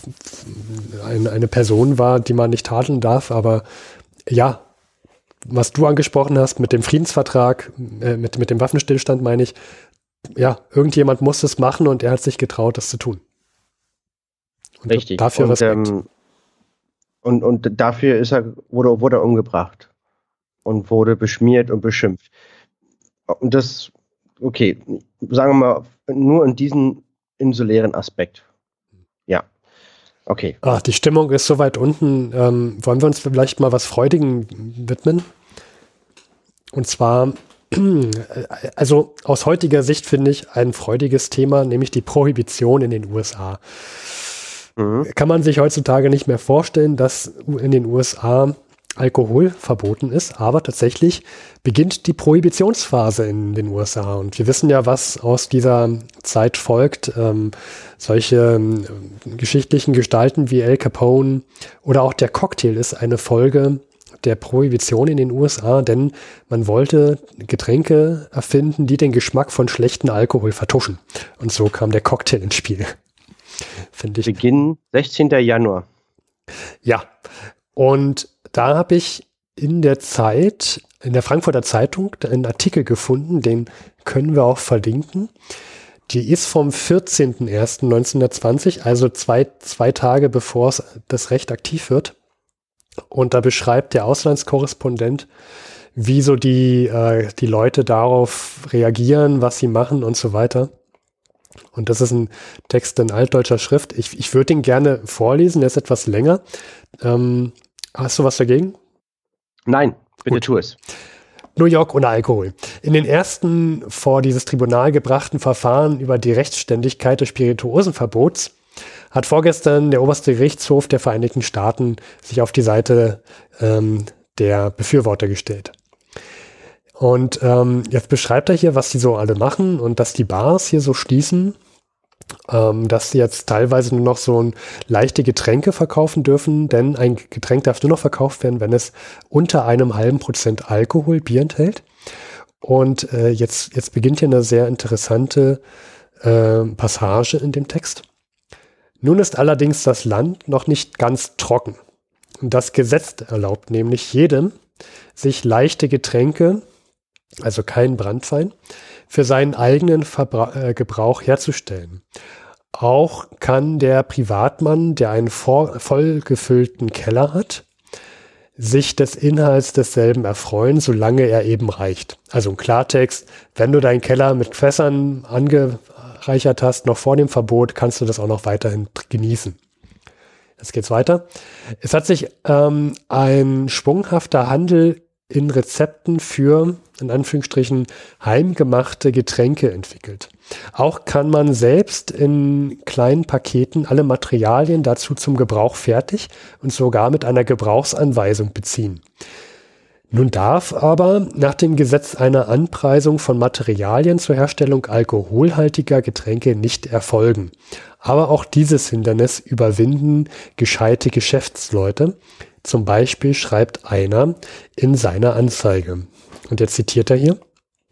Speaker 2: eine Person war, die man nicht tadeln darf, aber ja, was du angesprochen hast mit dem Friedensvertrag, mit dem Waffenstillstand, meine ich, ja, irgendjemand muss es machen und er hat sich getraut, das zu tun. Und
Speaker 1: richtig.
Speaker 2: Dafür Respekt.
Speaker 1: Und dafür wurde er umgebracht und wurde beschmiert und beschimpft. Und das, okay, sagen wir mal, nur in diesen insulären Aspekt. Ja, okay.
Speaker 2: Ach, die Stimmung ist so weit unten. Wollen wir uns vielleicht mal was Freudigem widmen? Und zwar, also aus heutiger Sicht finde ich ein freudiges Thema, nämlich die Prohibition in den USA. Kann man sich heutzutage nicht mehr vorstellen, dass in den USA Alkohol verboten ist, aber tatsächlich beginnt die Prohibitionsphase in den USA. Und wir wissen ja, was aus dieser Zeit folgt. Solche geschichtlichen Gestalten wie Al Capone oder auch der Cocktail ist eine Folge der Prohibition in den USA, denn man wollte Getränke erfinden, die den Geschmack von schlechten Alkohol vertuschen. Und so kam der Cocktail ins Spiel. Finde ich.
Speaker 1: Beginn 16. Januar.
Speaker 2: Ja, und da habe ich in der Frankfurter Zeitung, einen Artikel gefunden, den können wir auch verlinken. Die ist vom 14.01.1920, also zwei Tage bevor das Recht aktiv wird. Und da beschreibt der Auslandskorrespondent, wie so die Leute darauf reagieren, was sie machen und so weiter. Und das ist ein Text in altdeutscher Schrift. Ich würde ihn gerne vorlesen, der ist etwas länger. Hast du was dagegen?
Speaker 1: Nein, bitte tu es.
Speaker 2: New York ohne Alkohol. In den ersten vor dieses Tribunal gebrachten Verfahren über die Rechtsständigkeit des Spirituosenverbots hat vorgestern der oberste Gerichtshof der Vereinigten Staaten sich auf die Seite der Befürworter gestellt. Und jetzt beschreibt er hier, was die so alle machen und dass die Bars hier so schließen, dass sie jetzt teilweise nur noch so leichte Getränke verkaufen dürfen, denn ein Getränk darf nur noch verkauft werden, wenn es unter 0,5% Alkohol, Bier enthält. Und jetzt beginnt hier eine sehr interessante Passage in dem Text. Nun ist allerdings das Land noch nicht ganz trocken. Und das Gesetz erlaubt nämlich jedem, sich leichte Getränke, also kein Branntwein, für seinen eigenen Gebrauch herzustellen. Auch kann der Privatmann, der einen voll gefüllten Keller hat, sich des Inhalts desselben erfreuen, solange er eben reicht. Also im Klartext, wenn du deinen Keller mit Fässern angereichert hast, noch vor dem Verbot, kannst du das auch noch weiterhin genießen. Jetzt geht's weiter. Es hat sich ein schwunghafter Handel in Rezepten für, in Anführungsstrichen, heimgemachte Getränke entwickelt. Auch kann man selbst in kleinen Paketen alle Materialien dazu zum Gebrauch fertig und sogar mit einer Gebrauchsanweisung beziehen. Nun darf aber nach dem Gesetz eine Anpreisung von Materialien zur Herstellung alkoholhaltiger Getränke nicht erfolgen. Aber auch dieses Hindernis überwinden gescheite Geschäftsleute. Zum Beispiel schreibt einer in seiner Anzeige, und jetzt zitiert er hier: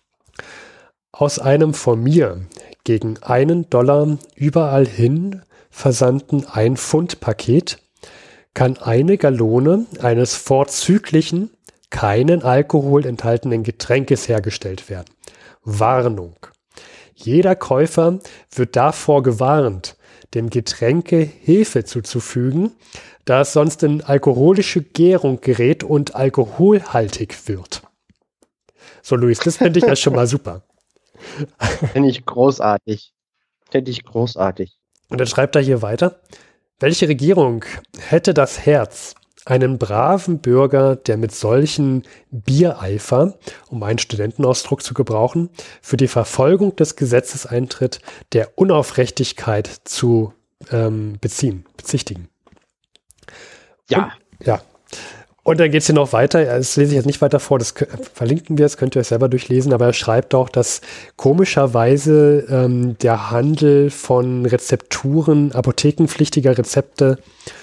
Speaker 2: Aus einem von mir gegen $1 überall hin versandten 1-Pfund-Paket kann eine Gallone eines vorzüglichen, keinen Alkohol enthaltenen Getränkes hergestellt werden. Warnung: Jeder Käufer wird davor gewarnt, dem Getränke Hefe zuzufügen, da es sonst in alkoholische Gärung gerät und alkoholhaltig wird. So, Luis, das finde ich ja schon mal super.
Speaker 1: Finde ich großartig. Finde ich großartig.
Speaker 2: Und dann schreibt er hier weiter: Welche Regierung hätte das Herz, einen braven Bürger, der mit solchen Biereifer, um einen Studentenausdruck zu gebrauchen, für die Verfolgung des Gesetzes eintritt, der Unaufrichtigkeit zu bezichtigen?
Speaker 1: Ja.
Speaker 2: Und dann geht es hier noch weiter, das lese ich jetzt nicht weiter vor, das verlinken wir, das könnt ihr euch selber durchlesen, aber er schreibt auch, dass komischerweise der Handel von Rezepturen, apothekenpflichtiger Rezepte,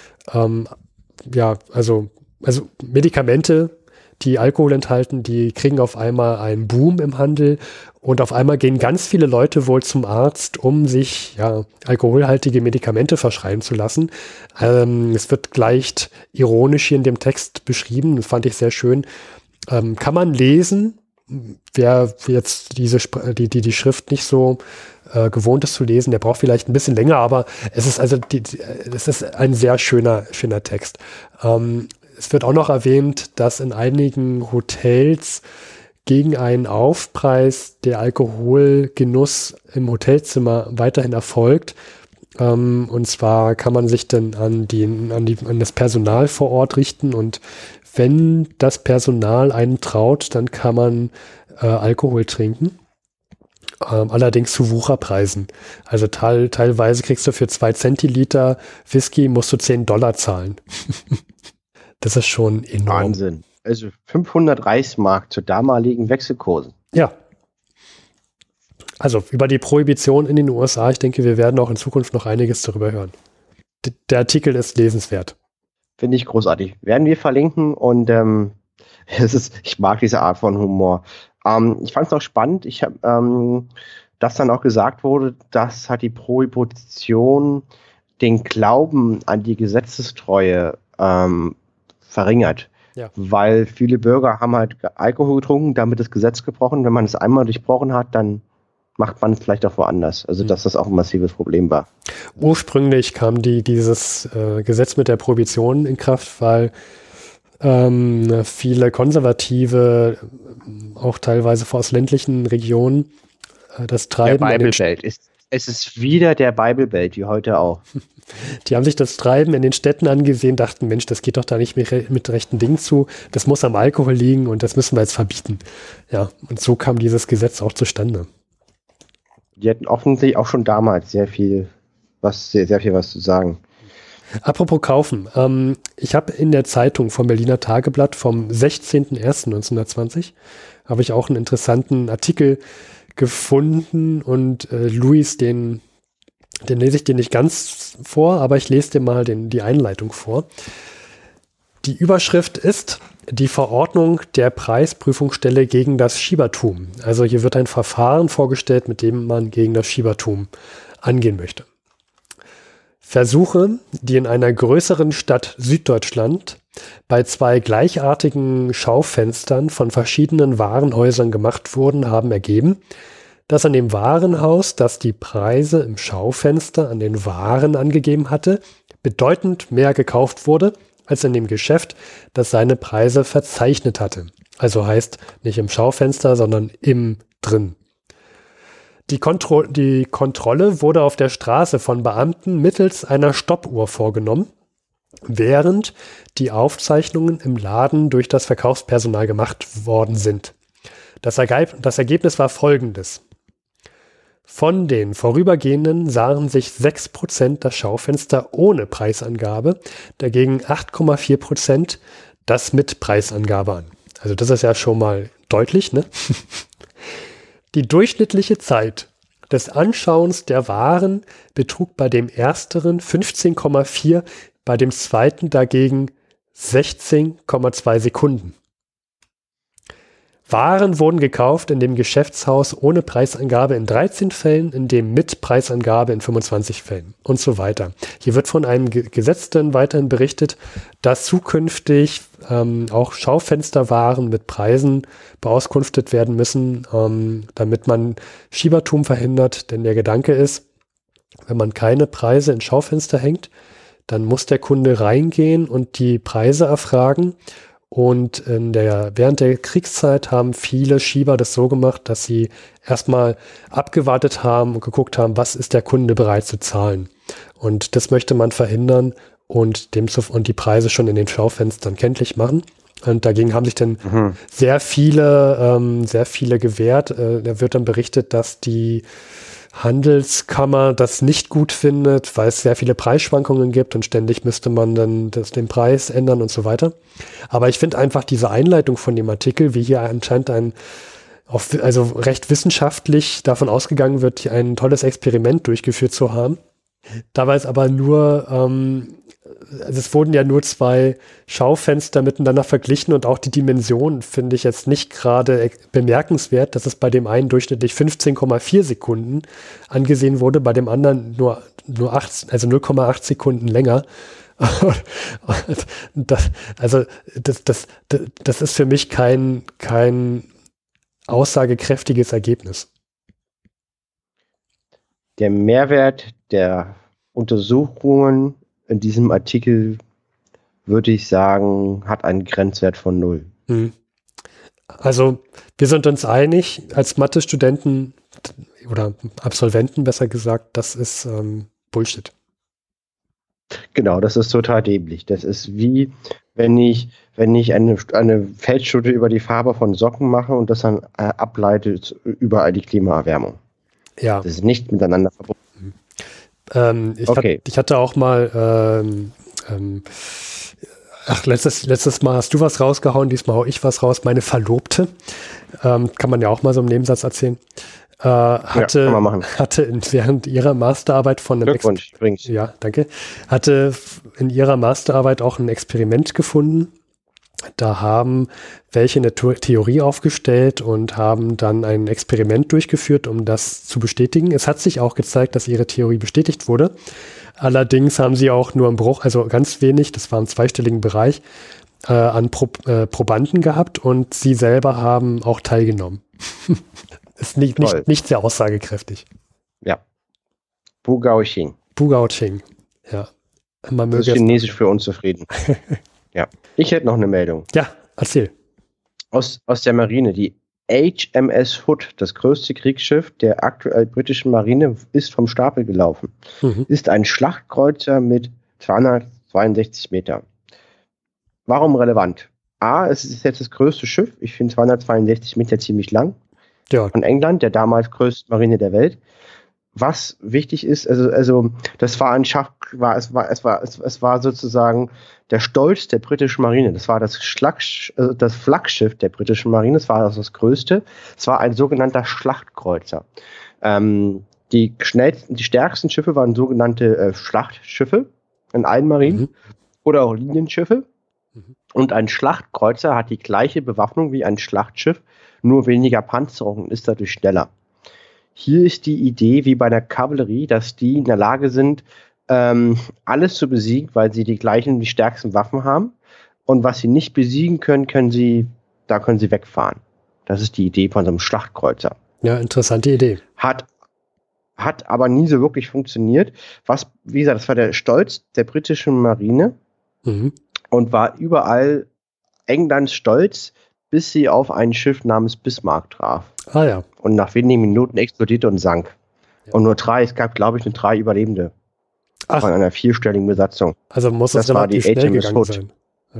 Speaker 2: also Medikamente, die Alkohol enthalten, die kriegen auf einmal einen Boom im Handel und auf einmal gehen ganz viele Leute wohl zum Arzt, um sich alkoholhaltige Medikamente verschreiben zu lassen. Es wird leicht ironisch hier in dem Text beschrieben, das fand ich sehr schön. Kann man lesen, wer jetzt die Schrift nicht so gewohnt ist zu lesen, der braucht vielleicht ein bisschen länger, aber es ist es ist ein sehr schöner Text. Es wird auch noch erwähnt, dass in einigen Hotels gegen einen Aufpreis der Alkoholgenuss im Hotelzimmer weiterhin erfolgt. Und zwar kann man sich dann an das Personal vor Ort richten und wenn das Personal einen traut, dann kann man Alkohol trinken. Allerdings zu Wucherpreisen. Also teilweise kriegst du für 2 Zentiliter Whisky musst du $10 zahlen. Das ist schon enorm.
Speaker 1: Wahnsinn. Also 500 Reichsmark zu damaligen Wechselkursen.
Speaker 2: Ja. Also über die Prohibition in den USA, ich denke, wir werden auch in Zukunft noch einiges darüber hören. Der Artikel ist lesenswert.
Speaker 1: Finde ich großartig. Werden wir verlinken und ich mag diese Art von Humor. Ich fand es noch spannend, dass dann auch gesagt wurde, dass hat die Prohibition den Glauben an die Gesetzestreue verringert. Ja. Weil viele Bürger haben halt Alkohol getrunken, damit das Gesetz gebrochen. Wenn man es einmal durchbrochen hat, dann macht man es vielleicht auch woanders. Also dass das auch ein massives Problem war.
Speaker 2: Ursprünglich kam dieses Gesetz mit der Prohibition in Kraft, weil viele Konservative, auch teilweise aus ländlichen Regionen, das Treiben...
Speaker 1: Der Bible Belt. Es ist wieder der Bible Belt, wie heute auch.
Speaker 2: Die haben sich das Treiben in den Städten angesehen, dachten, Mensch, das geht doch da nicht mit rechten Dingen zu. Das muss am Alkohol liegen und das müssen wir jetzt verbieten. Ja, und so kam dieses Gesetz auch zustande.
Speaker 1: Die hatten offensichtlich auch schon damals sehr viel was zu sagen.
Speaker 2: Apropos kaufen. Ich habe in der Zeitung vom Berliner Tageblatt vom 16.01.1920 habe ich auch einen interessanten Artikel gefunden und Luis, den lese ich dir nicht ganz vor, aber ich lese dir mal die Einleitung vor. Die Überschrift ist die Verordnung der Preisprüfungsstelle gegen das Schiebertum. Also hier wird ein Verfahren vorgestellt, mit dem man gegen das Schiebertum angehen möchte. Versuche, die in einer größeren Stadt Süddeutschland bei 2 gleichartigen Schaufenstern von verschiedenen Warenhäusern gemacht wurden, haben ergeben, dass an dem Warenhaus, das die Preise im Schaufenster an den Waren angegeben hatte, bedeutend mehr gekauft wurde, als in dem Geschäft, das seine Preise verzeichnet hatte. Also heißt nicht im Schaufenster, sondern im drin. Die Kontrolle wurde auf der Straße von Beamten mittels einer Stoppuhr vorgenommen, während die Aufzeichnungen im Laden durch das Verkaufspersonal gemacht worden sind. Das Ergebnis war folgendes. Von den vorübergehenden sahen sich 6% das Schaufenster ohne Preisangabe, dagegen 8,4% das mit Preisangabe an. Also das ist ja schon mal deutlich, ne? Die durchschnittliche Zeit des Anschauens der Waren betrug bei dem ersteren 15,4, bei dem zweiten dagegen 16,2 Sekunden. Waren wurden gekauft in dem Geschäftshaus ohne Preisangabe in 13 Fällen, in dem mit Preisangabe in 25 Fällen und so weiter. Hier wird von einem Gesetz dann weiterhin berichtet, dass zukünftig auch Schaufensterwaren mit Preisen beauskunftet werden müssen, damit man Schiebertum verhindert. Denn der Gedanke ist, wenn man keine Preise ins Schaufenster hängt, dann muss der Kunde reingehen und die Preise erfragen. Und während der Kriegszeit haben viele Schieber das so gemacht, dass sie erstmal abgewartet haben und geguckt haben, was ist der Kunde bereit zu zahlen. Und das möchte man verhindern und die Preise schon in den Schaufenstern kenntlich machen. Und dagegen haben sich dann sehr viele gewehrt. Da wird dann berichtet, dass die Handelskammer das nicht gut findet, weil es sehr viele Preisschwankungen gibt und ständig müsste man dann den Preis ändern und so weiter. Aber ich finde einfach diese Einleitung von dem Artikel, wie hier anscheinend also recht wissenschaftlich davon ausgegangen wird, hier ein tolles Experiment durchgeführt zu haben. Dabei ist aber nur, also es wurden ja nur 2 Schaufenster miteinander verglichen und auch die Dimension finde ich jetzt nicht gerade bemerkenswert, dass es bei dem einen durchschnittlich 15,4 Sekunden angesehen wurde, bei dem anderen nur 0,8 Sekunden länger. Das ist für mich kein aussagekräftiges Ergebnis.
Speaker 1: Der Mehrwert der Untersuchungen in diesem Artikel, würde ich sagen, hat einen Grenzwert von 0.
Speaker 2: Also wir sind uns einig, als Mathe-Studenten oder Absolventen besser gesagt, das ist Bullshit.
Speaker 1: Genau, das ist total dämlich. Das ist wie, wenn ich eine Feldstudie über die Farbe von Socken mache und das dann ableitet überall die Klimaerwärmung.
Speaker 2: Ja.
Speaker 1: Das ist nicht miteinander verbunden.
Speaker 2: Ich hatte auch mal letztes Mal hast du was rausgehauen, diesmal hau ich was raus. Meine Verlobte, kann man ja auch mal so im Nebensatz erzählen, hatte während ihrer Masterarbeit von einem hatte in ihrer Masterarbeit auch ein Experiment gefunden. Da haben welche eine Theorie aufgestellt und haben dann ein Experiment durchgeführt, um das zu bestätigen. Es hat sich auch gezeigt, dass ihre Theorie bestätigt wurde. Allerdings haben sie auch nur einen Bruch, also ganz wenig, das war im zweistelligen Bereich, an Probanden gehabt und sie selber haben auch teilgenommen. Ist nicht sehr aussagekräftig.
Speaker 1: Ja. Bugaoqing.
Speaker 2: Ja.
Speaker 1: Das ist Chinesisch für unzufrieden. Ja. Ich hätte noch eine Meldung.
Speaker 2: Ja, erzähl.
Speaker 1: Aus der Marine. Die HMS Hood, das größte Kriegsschiff der aktuell britischen Marine, ist vom Stapel gelaufen. Ist ein Schlachtkreuzer mit 262 Meter. Warum relevant? A, es ist jetzt das größte Schiff. Ich finde 262 Meter ziemlich lang. Ja. Von England, der damals größte Marine der Welt. Was wichtig ist, also das war ein es war sozusagen der Stolz der britischen Marine. Das war das Flaggschiff der britischen Marine. Das war das größte. Es war ein sogenannter Schlachtkreuzer. Die stärksten Schiffe waren sogenannte Schlachtschiffe in allen Marinen oder auch Linienschiffe. Und ein Schlachtkreuzer hat die gleiche Bewaffnung wie ein Schlachtschiff, nur weniger Panzerung und ist dadurch schneller. Hier ist die Idee, wie bei der Kavallerie, dass die in der Lage sind, alles zu besiegen, weil sie die stärksten Waffen haben. Und was sie nicht besiegen können, können sie wegfahren. Das ist die Idee von so einem Schlachtkreuzer.
Speaker 2: Ja, interessante Idee.
Speaker 1: Hat aber nie so wirklich funktioniert. Wie gesagt, das war der Stolz der britischen Marine und war überall Englands Stolz, bis sie auf ein Schiff namens Bismarck traf.
Speaker 2: Ah ja.
Speaker 1: Und nach wenigen Minuten explodierte und sank. Ja. Und es gab, glaube ich, nur 3 Überlebende. Von einer 4-stelligen Besatzung.
Speaker 2: Also muss das relativ schnell gegangen sein.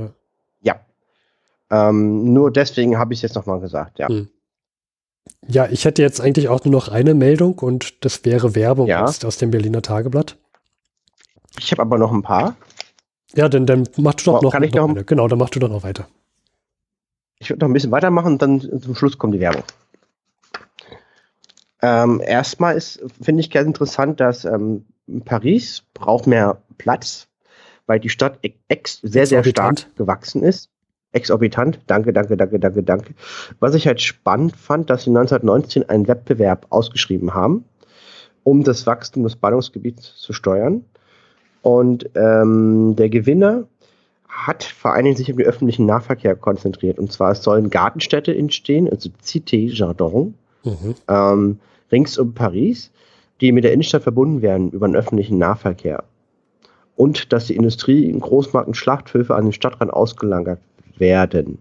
Speaker 1: Ja. Nur deswegen habe ich es jetzt nochmal gesagt, ja.
Speaker 2: Ja, ich hätte jetzt eigentlich auch nur noch eine Meldung und das wäre Werbung aus dem Berliner Tageblatt.
Speaker 1: Ich habe aber noch ein paar.
Speaker 2: Ja, dann mach du doch noch
Speaker 1: eine.
Speaker 2: Genau, dann mach du doch noch weiter.
Speaker 1: Ich würde noch ein bisschen weitermachen und dann zum Schluss kommt die Werbung. Erstmal finde ich ganz interessant, dass Paris braucht mehr Platz, weil die Stadt sehr, sehr stark gewachsen ist. Exorbitant, danke. Was ich halt spannend fand, dass sie 1919 einen Wettbewerb ausgeschrieben haben, um das Wachstum des Ballungsgebiets zu steuern. Und der Gewinner hat vor allen Dingen sich auf den öffentlichen Nahverkehr konzentriert. Und zwar, es sollen Gartenstädte entstehen, also Cité Jardin, rings um Paris, die mit der Innenstadt verbunden werden über den öffentlichen Nahverkehr. Und dass die Industrie in Großmarkt und Schlachthöfe an den Stadtrand ausgelagert werden.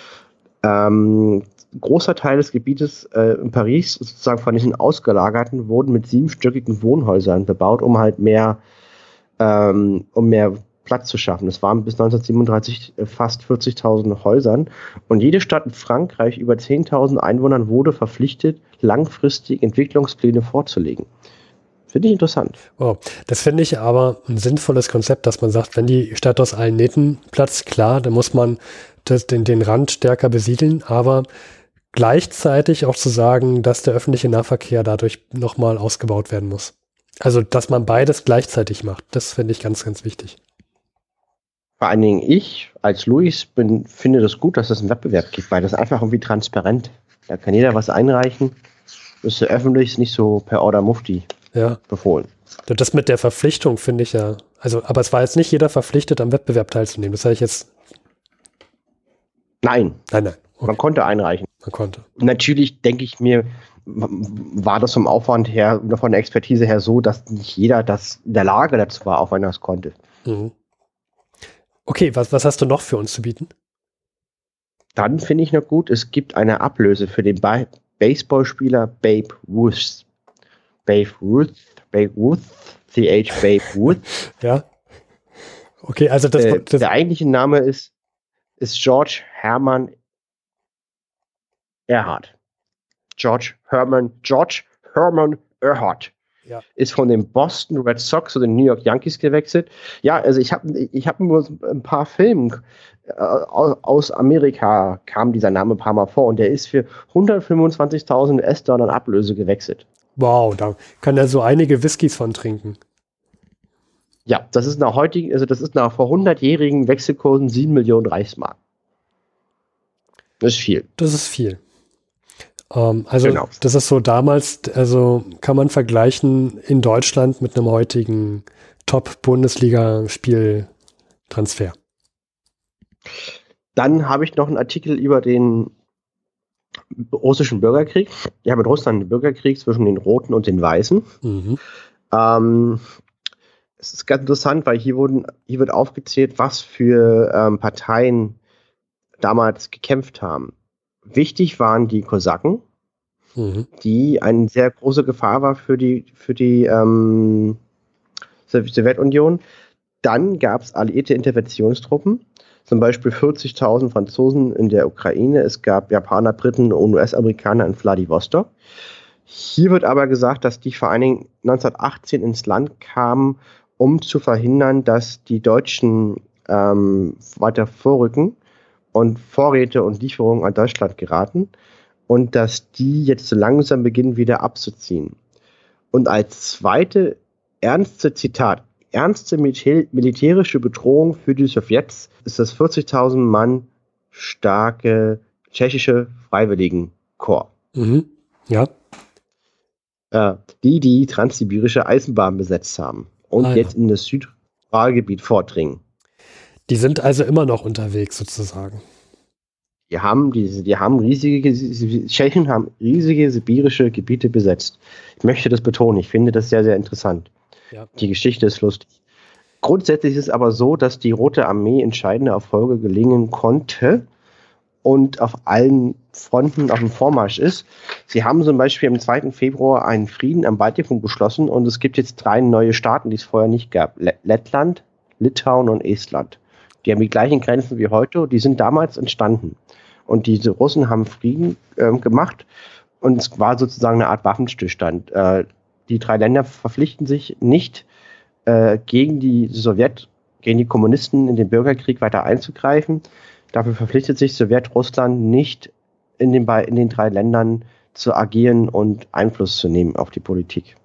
Speaker 1: Großer Teil des Gebietes in Paris, sozusagen von diesen Ausgelagerten, wurden mit 7-stöckigen Wohnhäusern bebaut, um halt mehr Platz zu schaffen. Es waren bis 1937 fast 40.000 Häusern und jede Stadt in Frankreich über 10.000 Einwohnern wurde verpflichtet, langfristig Entwicklungspläne vorzulegen. Finde ich interessant.
Speaker 2: Oh, das finde ich aber ein sinnvolles Konzept, dass man sagt, wenn die Stadt aus allen Nähten platzt, klar, dann muss man den Rand stärker besiedeln, aber gleichzeitig auch zu sagen, dass der öffentliche Nahverkehr dadurch nochmal ausgebaut werden muss. Also, dass man beides gleichzeitig macht, das finde ich ganz, ganz wichtig.
Speaker 1: Vor allen Dingen ich als Luis finde das gut, dass es einen Wettbewerb gibt, weil das ist einfach irgendwie transparent. Da kann jeder was einreichen. Das ist öffentlich, ist nicht so per Order Mufti befohlen.
Speaker 2: Das mit der Verpflichtung finde ich ja, also, aber es war jetzt nicht jeder verpflichtet, am Wettbewerb teilzunehmen. Das habe ich jetzt.
Speaker 1: Nein.
Speaker 2: Okay.
Speaker 1: Man konnte einreichen.
Speaker 2: Man konnte.
Speaker 1: Natürlich denke ich mir, war das vom Aufwand her oder von der Expertise her so, dass nicht jeder das in der Lage dazu war, auch wenn er es konnte.
Speaker 2: Mhm. Okay, was hast du noch für uns zu bieten?
Speaker 1: Dann finde ich noch gut, es gibt eine Ablöse für den Baseballspieler Babe Ruth. Babe Ruth, CH Babe Ruth.
Speaker 2: Ja. Okay, also
Speaker 1: der eigentliche Name ist George Herman Erhard. George Herman Erhard.
Speaker 2: Ja.
Speaker 1: Ist von den Boston Red Sox zu den New York Yankees gewechselt. Ja, also ich hab nur ein paar Filme aus Amerika kam dieser Name ein paar Mal vor und der ist für 125.000 US-Dollar Ablöse gewechselt.
Speaker 2: Wow, da kann er so einige Whiskys von trinken.
Speaker 1: Ja, das ist nach vor 100-jährigen Wechselkursen 7 Millionen Reichsmark. Das ist viel.
Speaker 2: Das ist viel. Also
Speaker 1: genau.
Speaker 2: Das ist so damals, also kann man vergleichen in Deutschland mit einem heutigen Top-Bundesliga-Spieltransfer.
Speaker 1: Dann habe ich noch einen Artikel über den russischen Bürgerkrieg. Ja, mit Russland einen Bürgerkrieg zwischen den Roten und den Weißen.
Speaker 2: Mhm.
Speaker 1: Es ist ganz interessant, weil hier wird aufgezählt, was für Parteien damals gekämpft haben. Wichtig waren die Kosaken, die eine sehr große Gefahr war für die Sowjetunion. Dann gab es alliierte Interventionstruppen, zum Beispiel 40.000 Franzosen in der Ukraine. Es gab Japaner, Briten und US-Amerikaner in Wladiwostok. Hier wird aber gesagt, dass die vor allen Dingen 1918 ins Land kamen, um zu verhindern, dass die Deutschen weiter vorrücken und Vorräte und Lieferungen an Deutschland geraten und dass die jetzt so langsam beginnen, wieder abzuziehen. Und als zweite ernste militärische Bedrohung für die Sowjets ist das 40.000 Mann starke tschechische Freiwilligenkorps.
Speaker 2: Mhm. Ja.
Speaker 1: Die transsibirische Eisenbahn besetzt haben und jetzt in das Südpolargebiet vordringen.
Speaker 2: Die sind also immer noch unterwegs sozusagen.
Speaker 1: Die Tschechen haben riesige sibirische Gebiete besetzt. Ich möchte das betonen, ich finde das sehr, sehr interessant. Ja. Die Geschichte ist lustig. Grundsätzlich ist es aber so, dass die Rote Armee entscheidende Erfolge gelingen konnte und auf allen Fronten auf dem Vormarsch ist. Sie haben zum Beispiel am 2. Februar einen Frieden am Baltikum geschlossen und es gibt jetzt 3 neue Staaten, die es vorher nicht gab. Lettland, Litauen und Estland. Die haben die gleichen Grenzen wie heute, die sind damals entstanden. Und diese Russen haben Frieden gemacht und es war sozusagen eine Art Waffenstillstand. Die 3 Länder verpflichten sich nicht, gegen die Kommunisten in den Bürgerkrieg weiter einzugreifen. Dafür verpflichtet sich Sowjetrussland nicht, in den 3 Ländern zu agieren und Einfluss zu nehmen auf die Politik.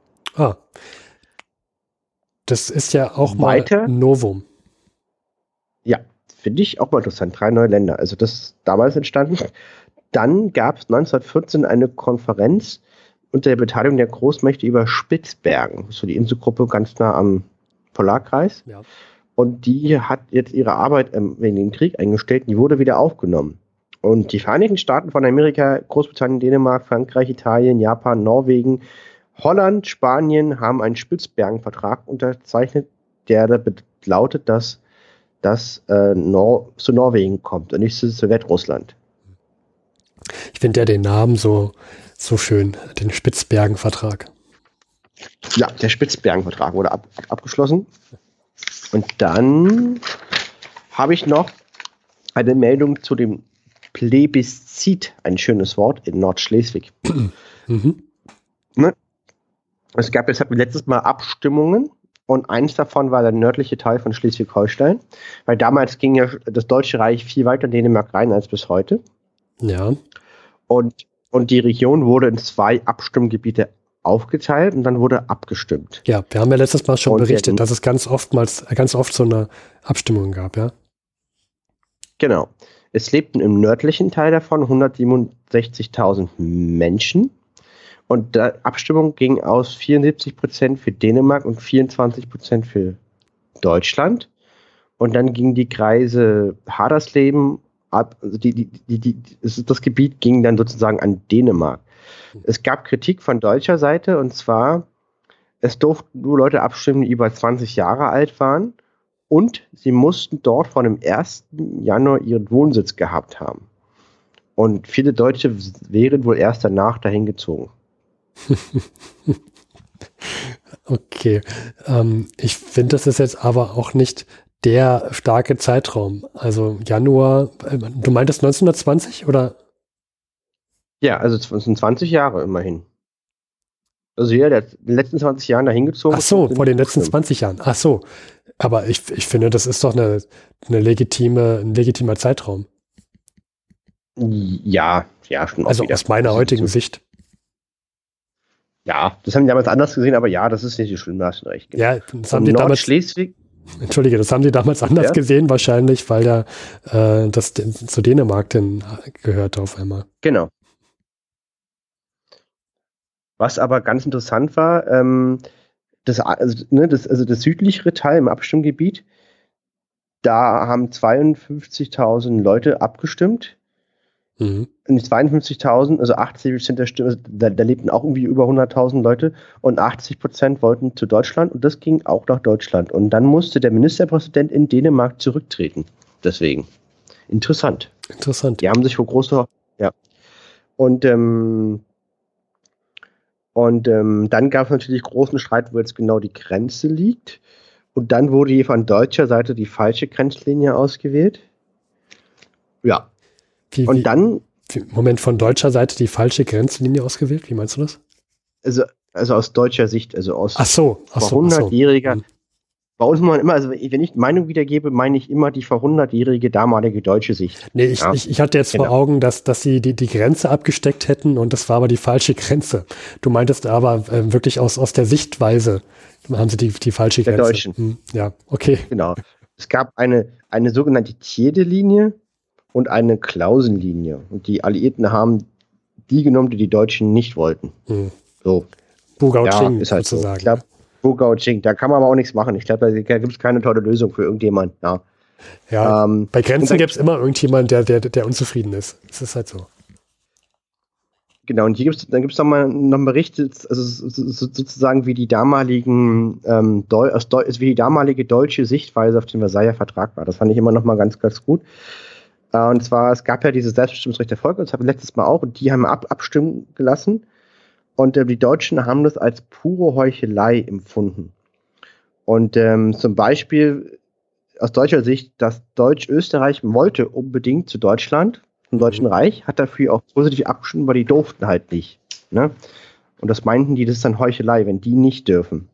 Speaker 2: Das ist ja auch mal ein Novum.
Speaker 1: Ja, finde ich auch mal interessant. 3 neue Länder. Also das ist damals entstanden. Dann gab es 1914 eine Konferenz unter der Beteiligung der Großmächte über Spitzbergen. So die Inselgruppe ganz nah am Polarkreis. Ja. Und die hat jetzt ihre Arbeit wegen dem Krieg eingestellt. Die wurde wieder aufgenommen. Und die Vereinigten Staaten von Amerika, Großbritannien, Dänemark, Frankreich, Italien, Japan, Norwegen, Holland, Spanien haben einen Spitzbergen-Vertrag unterzeichnet, der lautet, dass das zu Norwegen kommt und nicht zu Sowjetrussland.
Speaker 2: Ich finde ja den Namen so schön, den Spitzbergen-Vertrag.
Speaker 1: Ja, der Spitzbergen-Vertrag wurde abgeschlossen. Und dann habe ich noch eine Meldung zu dem Plebiszit, ein schönes Wort, in Nordschleswig. Ne? Es gab jetzt letztes Mal Abstimmungen und eins davon war der nördliche Teil von Schleswig-Holstein, weil damals ging ja das Deutsche Reich viel weiter in Dänemark rein als bis heute.
Speaker 2: Ja.
Speaker 1: Und die Region wurde in 2 Abstimmgebiete aufgeteilt und dann wurde abgestimmt.
Speaker 2: Ja, wir haben ja letztes Mal schon berichtet, dass es ganz oft so eine Abstimmung gab, ja.
Speaker 1: Genau. Es lebten im nördlichen Teil davon 167.000 Menschen. Und die Abstimmung ging aus 74% für Dänemark und 24% für Deutschland. Und dann gingen die Kreise Hadersleben ab, also das Gebiet ging dann sozusagen an Dänemark. Es gab Kritik von deutscher Seite, und zwar, es durften nur Leute abstimmen, die über 20 Jahre alt waren, und sie mussten dort vor dem 1. Januar ihren Wohnsitz gehabt haben. Und viele Deutsche wären wohl erst danach dahin gezogen.
Speaker 2: Okay. Ich finde, das ist jetzt aber auch nicht der starke Zeitraum. Also Januar, du meintest 1920 oder?
Speaker 1: Ja, also es sind 20 Jahre immerhin. Also jeder, der in den letzten 20 Jahren dahin gezogen ist.
Speaker 2: Ach so, vor den letzten 20 Jahren. Ach so. Aber ich finde, das ist doch ein legitimer Zeitraum.
Speaker 1: Ja, schon.
Speaker 2: Also aus meiner heutigen Sicht.
Speaker 1: Ja, das haben die damals anders gesehen, aber ja, das ist nicht so schlimm, da hast du recht.
Speaker 2: Ja, das haben die damals. Entschuldige, das haben die damals anders gesehen, wahrscheinlich, weil ja das zu Dänemark denn gehörte auf einmal.
Speaker 1: Genau. Was aber ganz interessant war, das südlichere Teil im Abstimmgebiet, da haben 52.000 Leute abgestimmt.
Speaker 2: Mhm.
Speaker 1: Nicht 52.000, also 80% der Stimmen, da lebten auch irgendwie über 100.000 Leute und 80% wollten zu Deutschland, und das ging auch nach Deutschland. Und dann musste der Ministerpräsident in Dänemark zurücktreten. Deswegen. Interessant. Die haben sich vor großer... Ja. Und dann gab es natürlich großen Streit, wo jetzt genau die Grenze liegt. Und dann wurde hier von deutscher Seite die falsche Grenzlinie ausgewählt. Ja.
Speaker 2: Moment, von deutscher Seite die falsche Grenzlinie ausgewählt? Wie meinst du das?
Speaker 1: Also aus deutscher Sicht, also aus
Speaker 2: vor
Speaker 1: 100-jähriger. Bei uns muss man immer, also wenn ich Meinung wiedergebe, meine ich immer die vor 100-jährige damalige deutsche Sicht.
Speaker 2: Nee, ich hatte jetzt vor Augen, dass sie die Grenze abgesteckt hätten, und das war aber die falsche Grenze. Du meintest aber wirklich aus der Sichtweise haben sie die falsche Grenze.
Speaker 1: Der Deutschen.
Speaker 2: Ja, okay.
Speaker 1: Genau. Es gab eine sogenannte Tiede-Linie und eine Klausenlinie. Und die Alliierten haben die genommen, die Deutschen nicht wollten. So.
Speaker 2: Bugao-Ching,
Speaker 1: ist halt
Speaker 2: sozusagen.
Speaker 1: So. Ich glaube, Bugao-Ching, da kann man aber auch nichts machen. Ich glaube, da gibt es keine tolle Lösung für irgendjemand. Ja,
Speaker 2: bei Grenzen gibt es immer irgendjemand, der unzufrieden ist. Das ist halt so.
Speaker 1: Genau, und dann gibt es noch einen Bericht, also sozusagen wie die damalige deutsche Sichtweise auf den Versailler Vertrag war. Das fand ich immer noch mal ganz, ganz gut. Und zwar, es gab ja dieses Selbstbestimmungsrecht der Völker, das habe ich letztes Mal auch, und die haben abstimmen gelassen. Und die Deutschen haben das als pure Heuchelei empfunden. Und zum Beispiel aus deutscher Sicht, dass Österreich wollte unbedingt zu Deutschland, zum Deutschen Reich, hat dafür auch positiv abgestimmt, weil die durften halt nicht. Ne? Und das meinten die, das ist dann Heuchelei, wenn die nicht dürfen.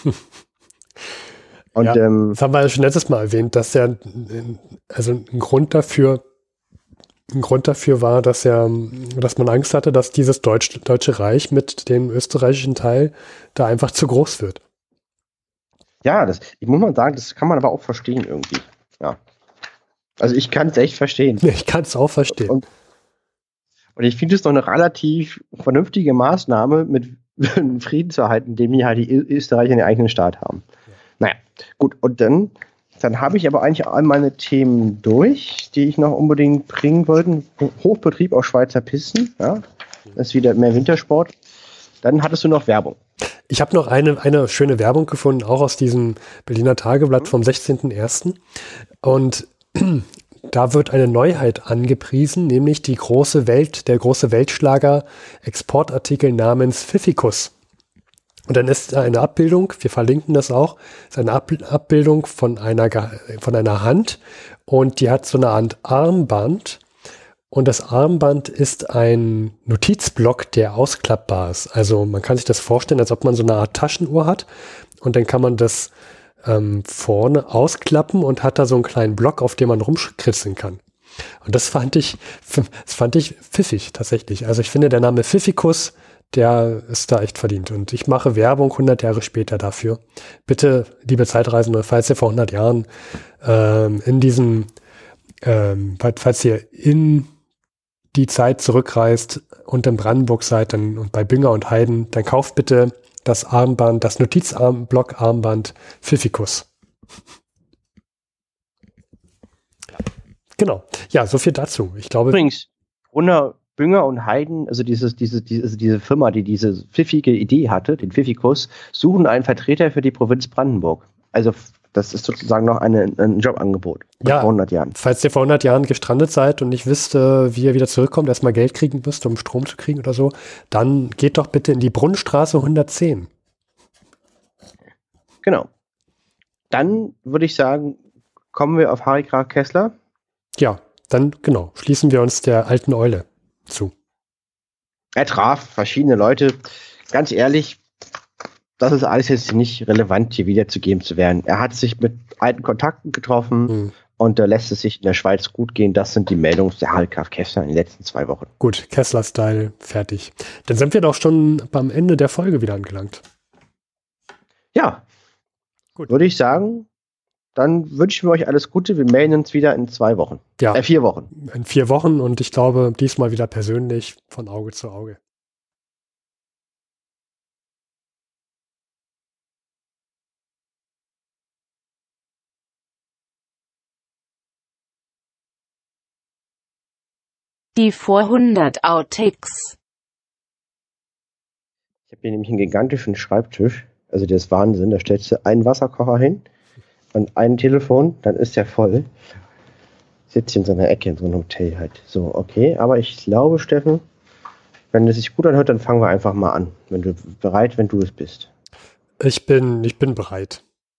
Speaker 1: Und,
Speaker 2: das haben wir ja schon letztes Mal erwähnt, dass ein Grund dafür war, dass man Angst hatte, dass dieses Deutsche Reich mit dem österreichischen Teil da einfach zu groß wird.
Speaker 1: Ja, ich muss mal sagen, das kann man aber auch verstehen irgendwie. Ja. Also ich kann es echt verstehen.
Speaker 2: Ich kann es auch verstehen.
Speaker 1: Und ich finde es doch eine relativ vernünftige Maßnahme, mit Frieden zu erhalten, indem die halt die Österreicher einen eigenen Staat haben. Naja, gut. Und dann habe ich aber eigentlich all meine Themen durch, die ich noch unbedingt bringen wollte. Hochbetrieb auf Schweizer Pisten. Ja, das ist wieder mehr Wintersport. Dann hattest du noch Werbung.
Speaker 2: Ich habe noch eine schöne Werbung gefunden, auch aus diesem Berliner Tageblatt vom 16.01. Und da wird eine Neuheit angepriesen, nämlich der große Weltschlager Exportartikel namens Pfiffikus. Und dann ist da eine Abbildung, wir verlinken das auch, ist eine Abbildung von einer Hand, und die hat so eine Art Armband, Und das Armband ist ein Notizblock, der ausklappbar ist. Also man kann sich das vorstellen, als ob man so eine Art Taschenuhr hat und dann kann man das vorne ausklappen und hat da so einen kleinen Block, auf dem man rumkritzeln kann. Und das fand ich pfiffig tatsächlich. Also ich finde, der Name Pfiffikus, der ist da echt verdient. Und ich mache Werbung 100 Jahre später dafür. Bitte, liebe Zeitreisende, falls ihr vor 100 Jahren falls ihr in die Zeit zurückreist und in Brandenburg seid und bei Bünger und Heiden, dann kauft bitte das Armband, das Notizblock-Armband Pfiffikus. Genau. Ja, so viel dazu. Ich glaube.
Speaker 1: Übrigens, Brunner, Bünger und Heiden, also diese Firma, die diese pfiffige Idee hatte, den Pfiffikus, suchen einen Vertreter für die Provinz Brandenburg. Also das ist sozusagen noch ein Jobangebot
Speaker 2: ja,
Speaker 1: vor 100 Jahren.
Speaker 2: Falls ihr vor 100 Jahren gestrandet seid und nicht wisst, wie ihr wieder zurückkommt, erstmal Geld kriegen müsst, um Strom zu kriegen oder so, dann geht doch bitte in die Brunnenstraße 110.
Speaker 1: Genau. Dann würde ich sagen, kommen wir auf Harry Graf Kessler.
Speaker 2: Ja, dann genau, schließen wir uns der alten Eule zu.
Speaker 1: Er traf verschiedene Leute. Ganz ehrlich, das ist alles jetzt nicht relevant, hier wiederzugeben zu werden. Er hat sich mit alten Kontakten getroffen und da lässt es sich in der Schweiz gut gehen. Das sind die Meldungen der Harry Graf Kessler in den letzten 2 Wochen.
Speaker 2: Gut, Kessler-Style, fertig. Dann sind wir doch schon beim Ende der Folge wieder angelangt.
Speaker 1: Ja, gut. Würde ich sagen, dann wünschen wir euch alles Gute. Wir melden uns wieder in 2 Wochen.
Speaker 2: Ja.
Speaker 1: 4 Wochen.
Speaker 2: In 4 Wochen und ich glaube, diesmal wieder persönlich von Auge zu Auge.
Speaker 3: Die Vor-100 Outtakes.
Speaker 1: Ich habe hier nämlich einen gigantischen Schreibtisch. Also der ist Wahnsinn. Da stellst du einen Wasserkocher hin und ein Telefon, dann ist der voll. Sitzt in so einer Ecke in so einem Hotel halt. So, okay. Aber ich glaube, Steffen, wenn es sich gut anhört, dann fangen wir einfach mal an. Wenn du es bist.
Speaker 2: Ich bin bereit.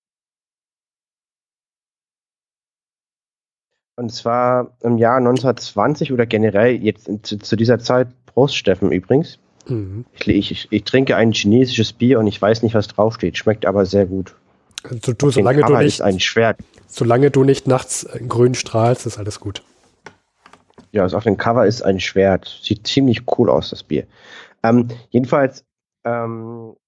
Speaker 1: Und zwar im Jahr 1920 oder generell jetzt zu dieser Zeit, Prost Steffen übrigens.
Speaker 2: Mhm.
Speaker 1: Ich trinke ein chinesisches Bier und ich weiß nicht, was draufsteht. Schmeckt aber sehr gut.
Speaker 2: Also, solange du nicht,
Speaker 1: ist ein Schwert.
Speaker 2: Solange du nicht nachts grün strahlst, ist alles gut.
Speaker 1: Ja, also auf dem Cover ist ein Schwert. Sieht ziemlich cool aus, das Bier. Jedenfalls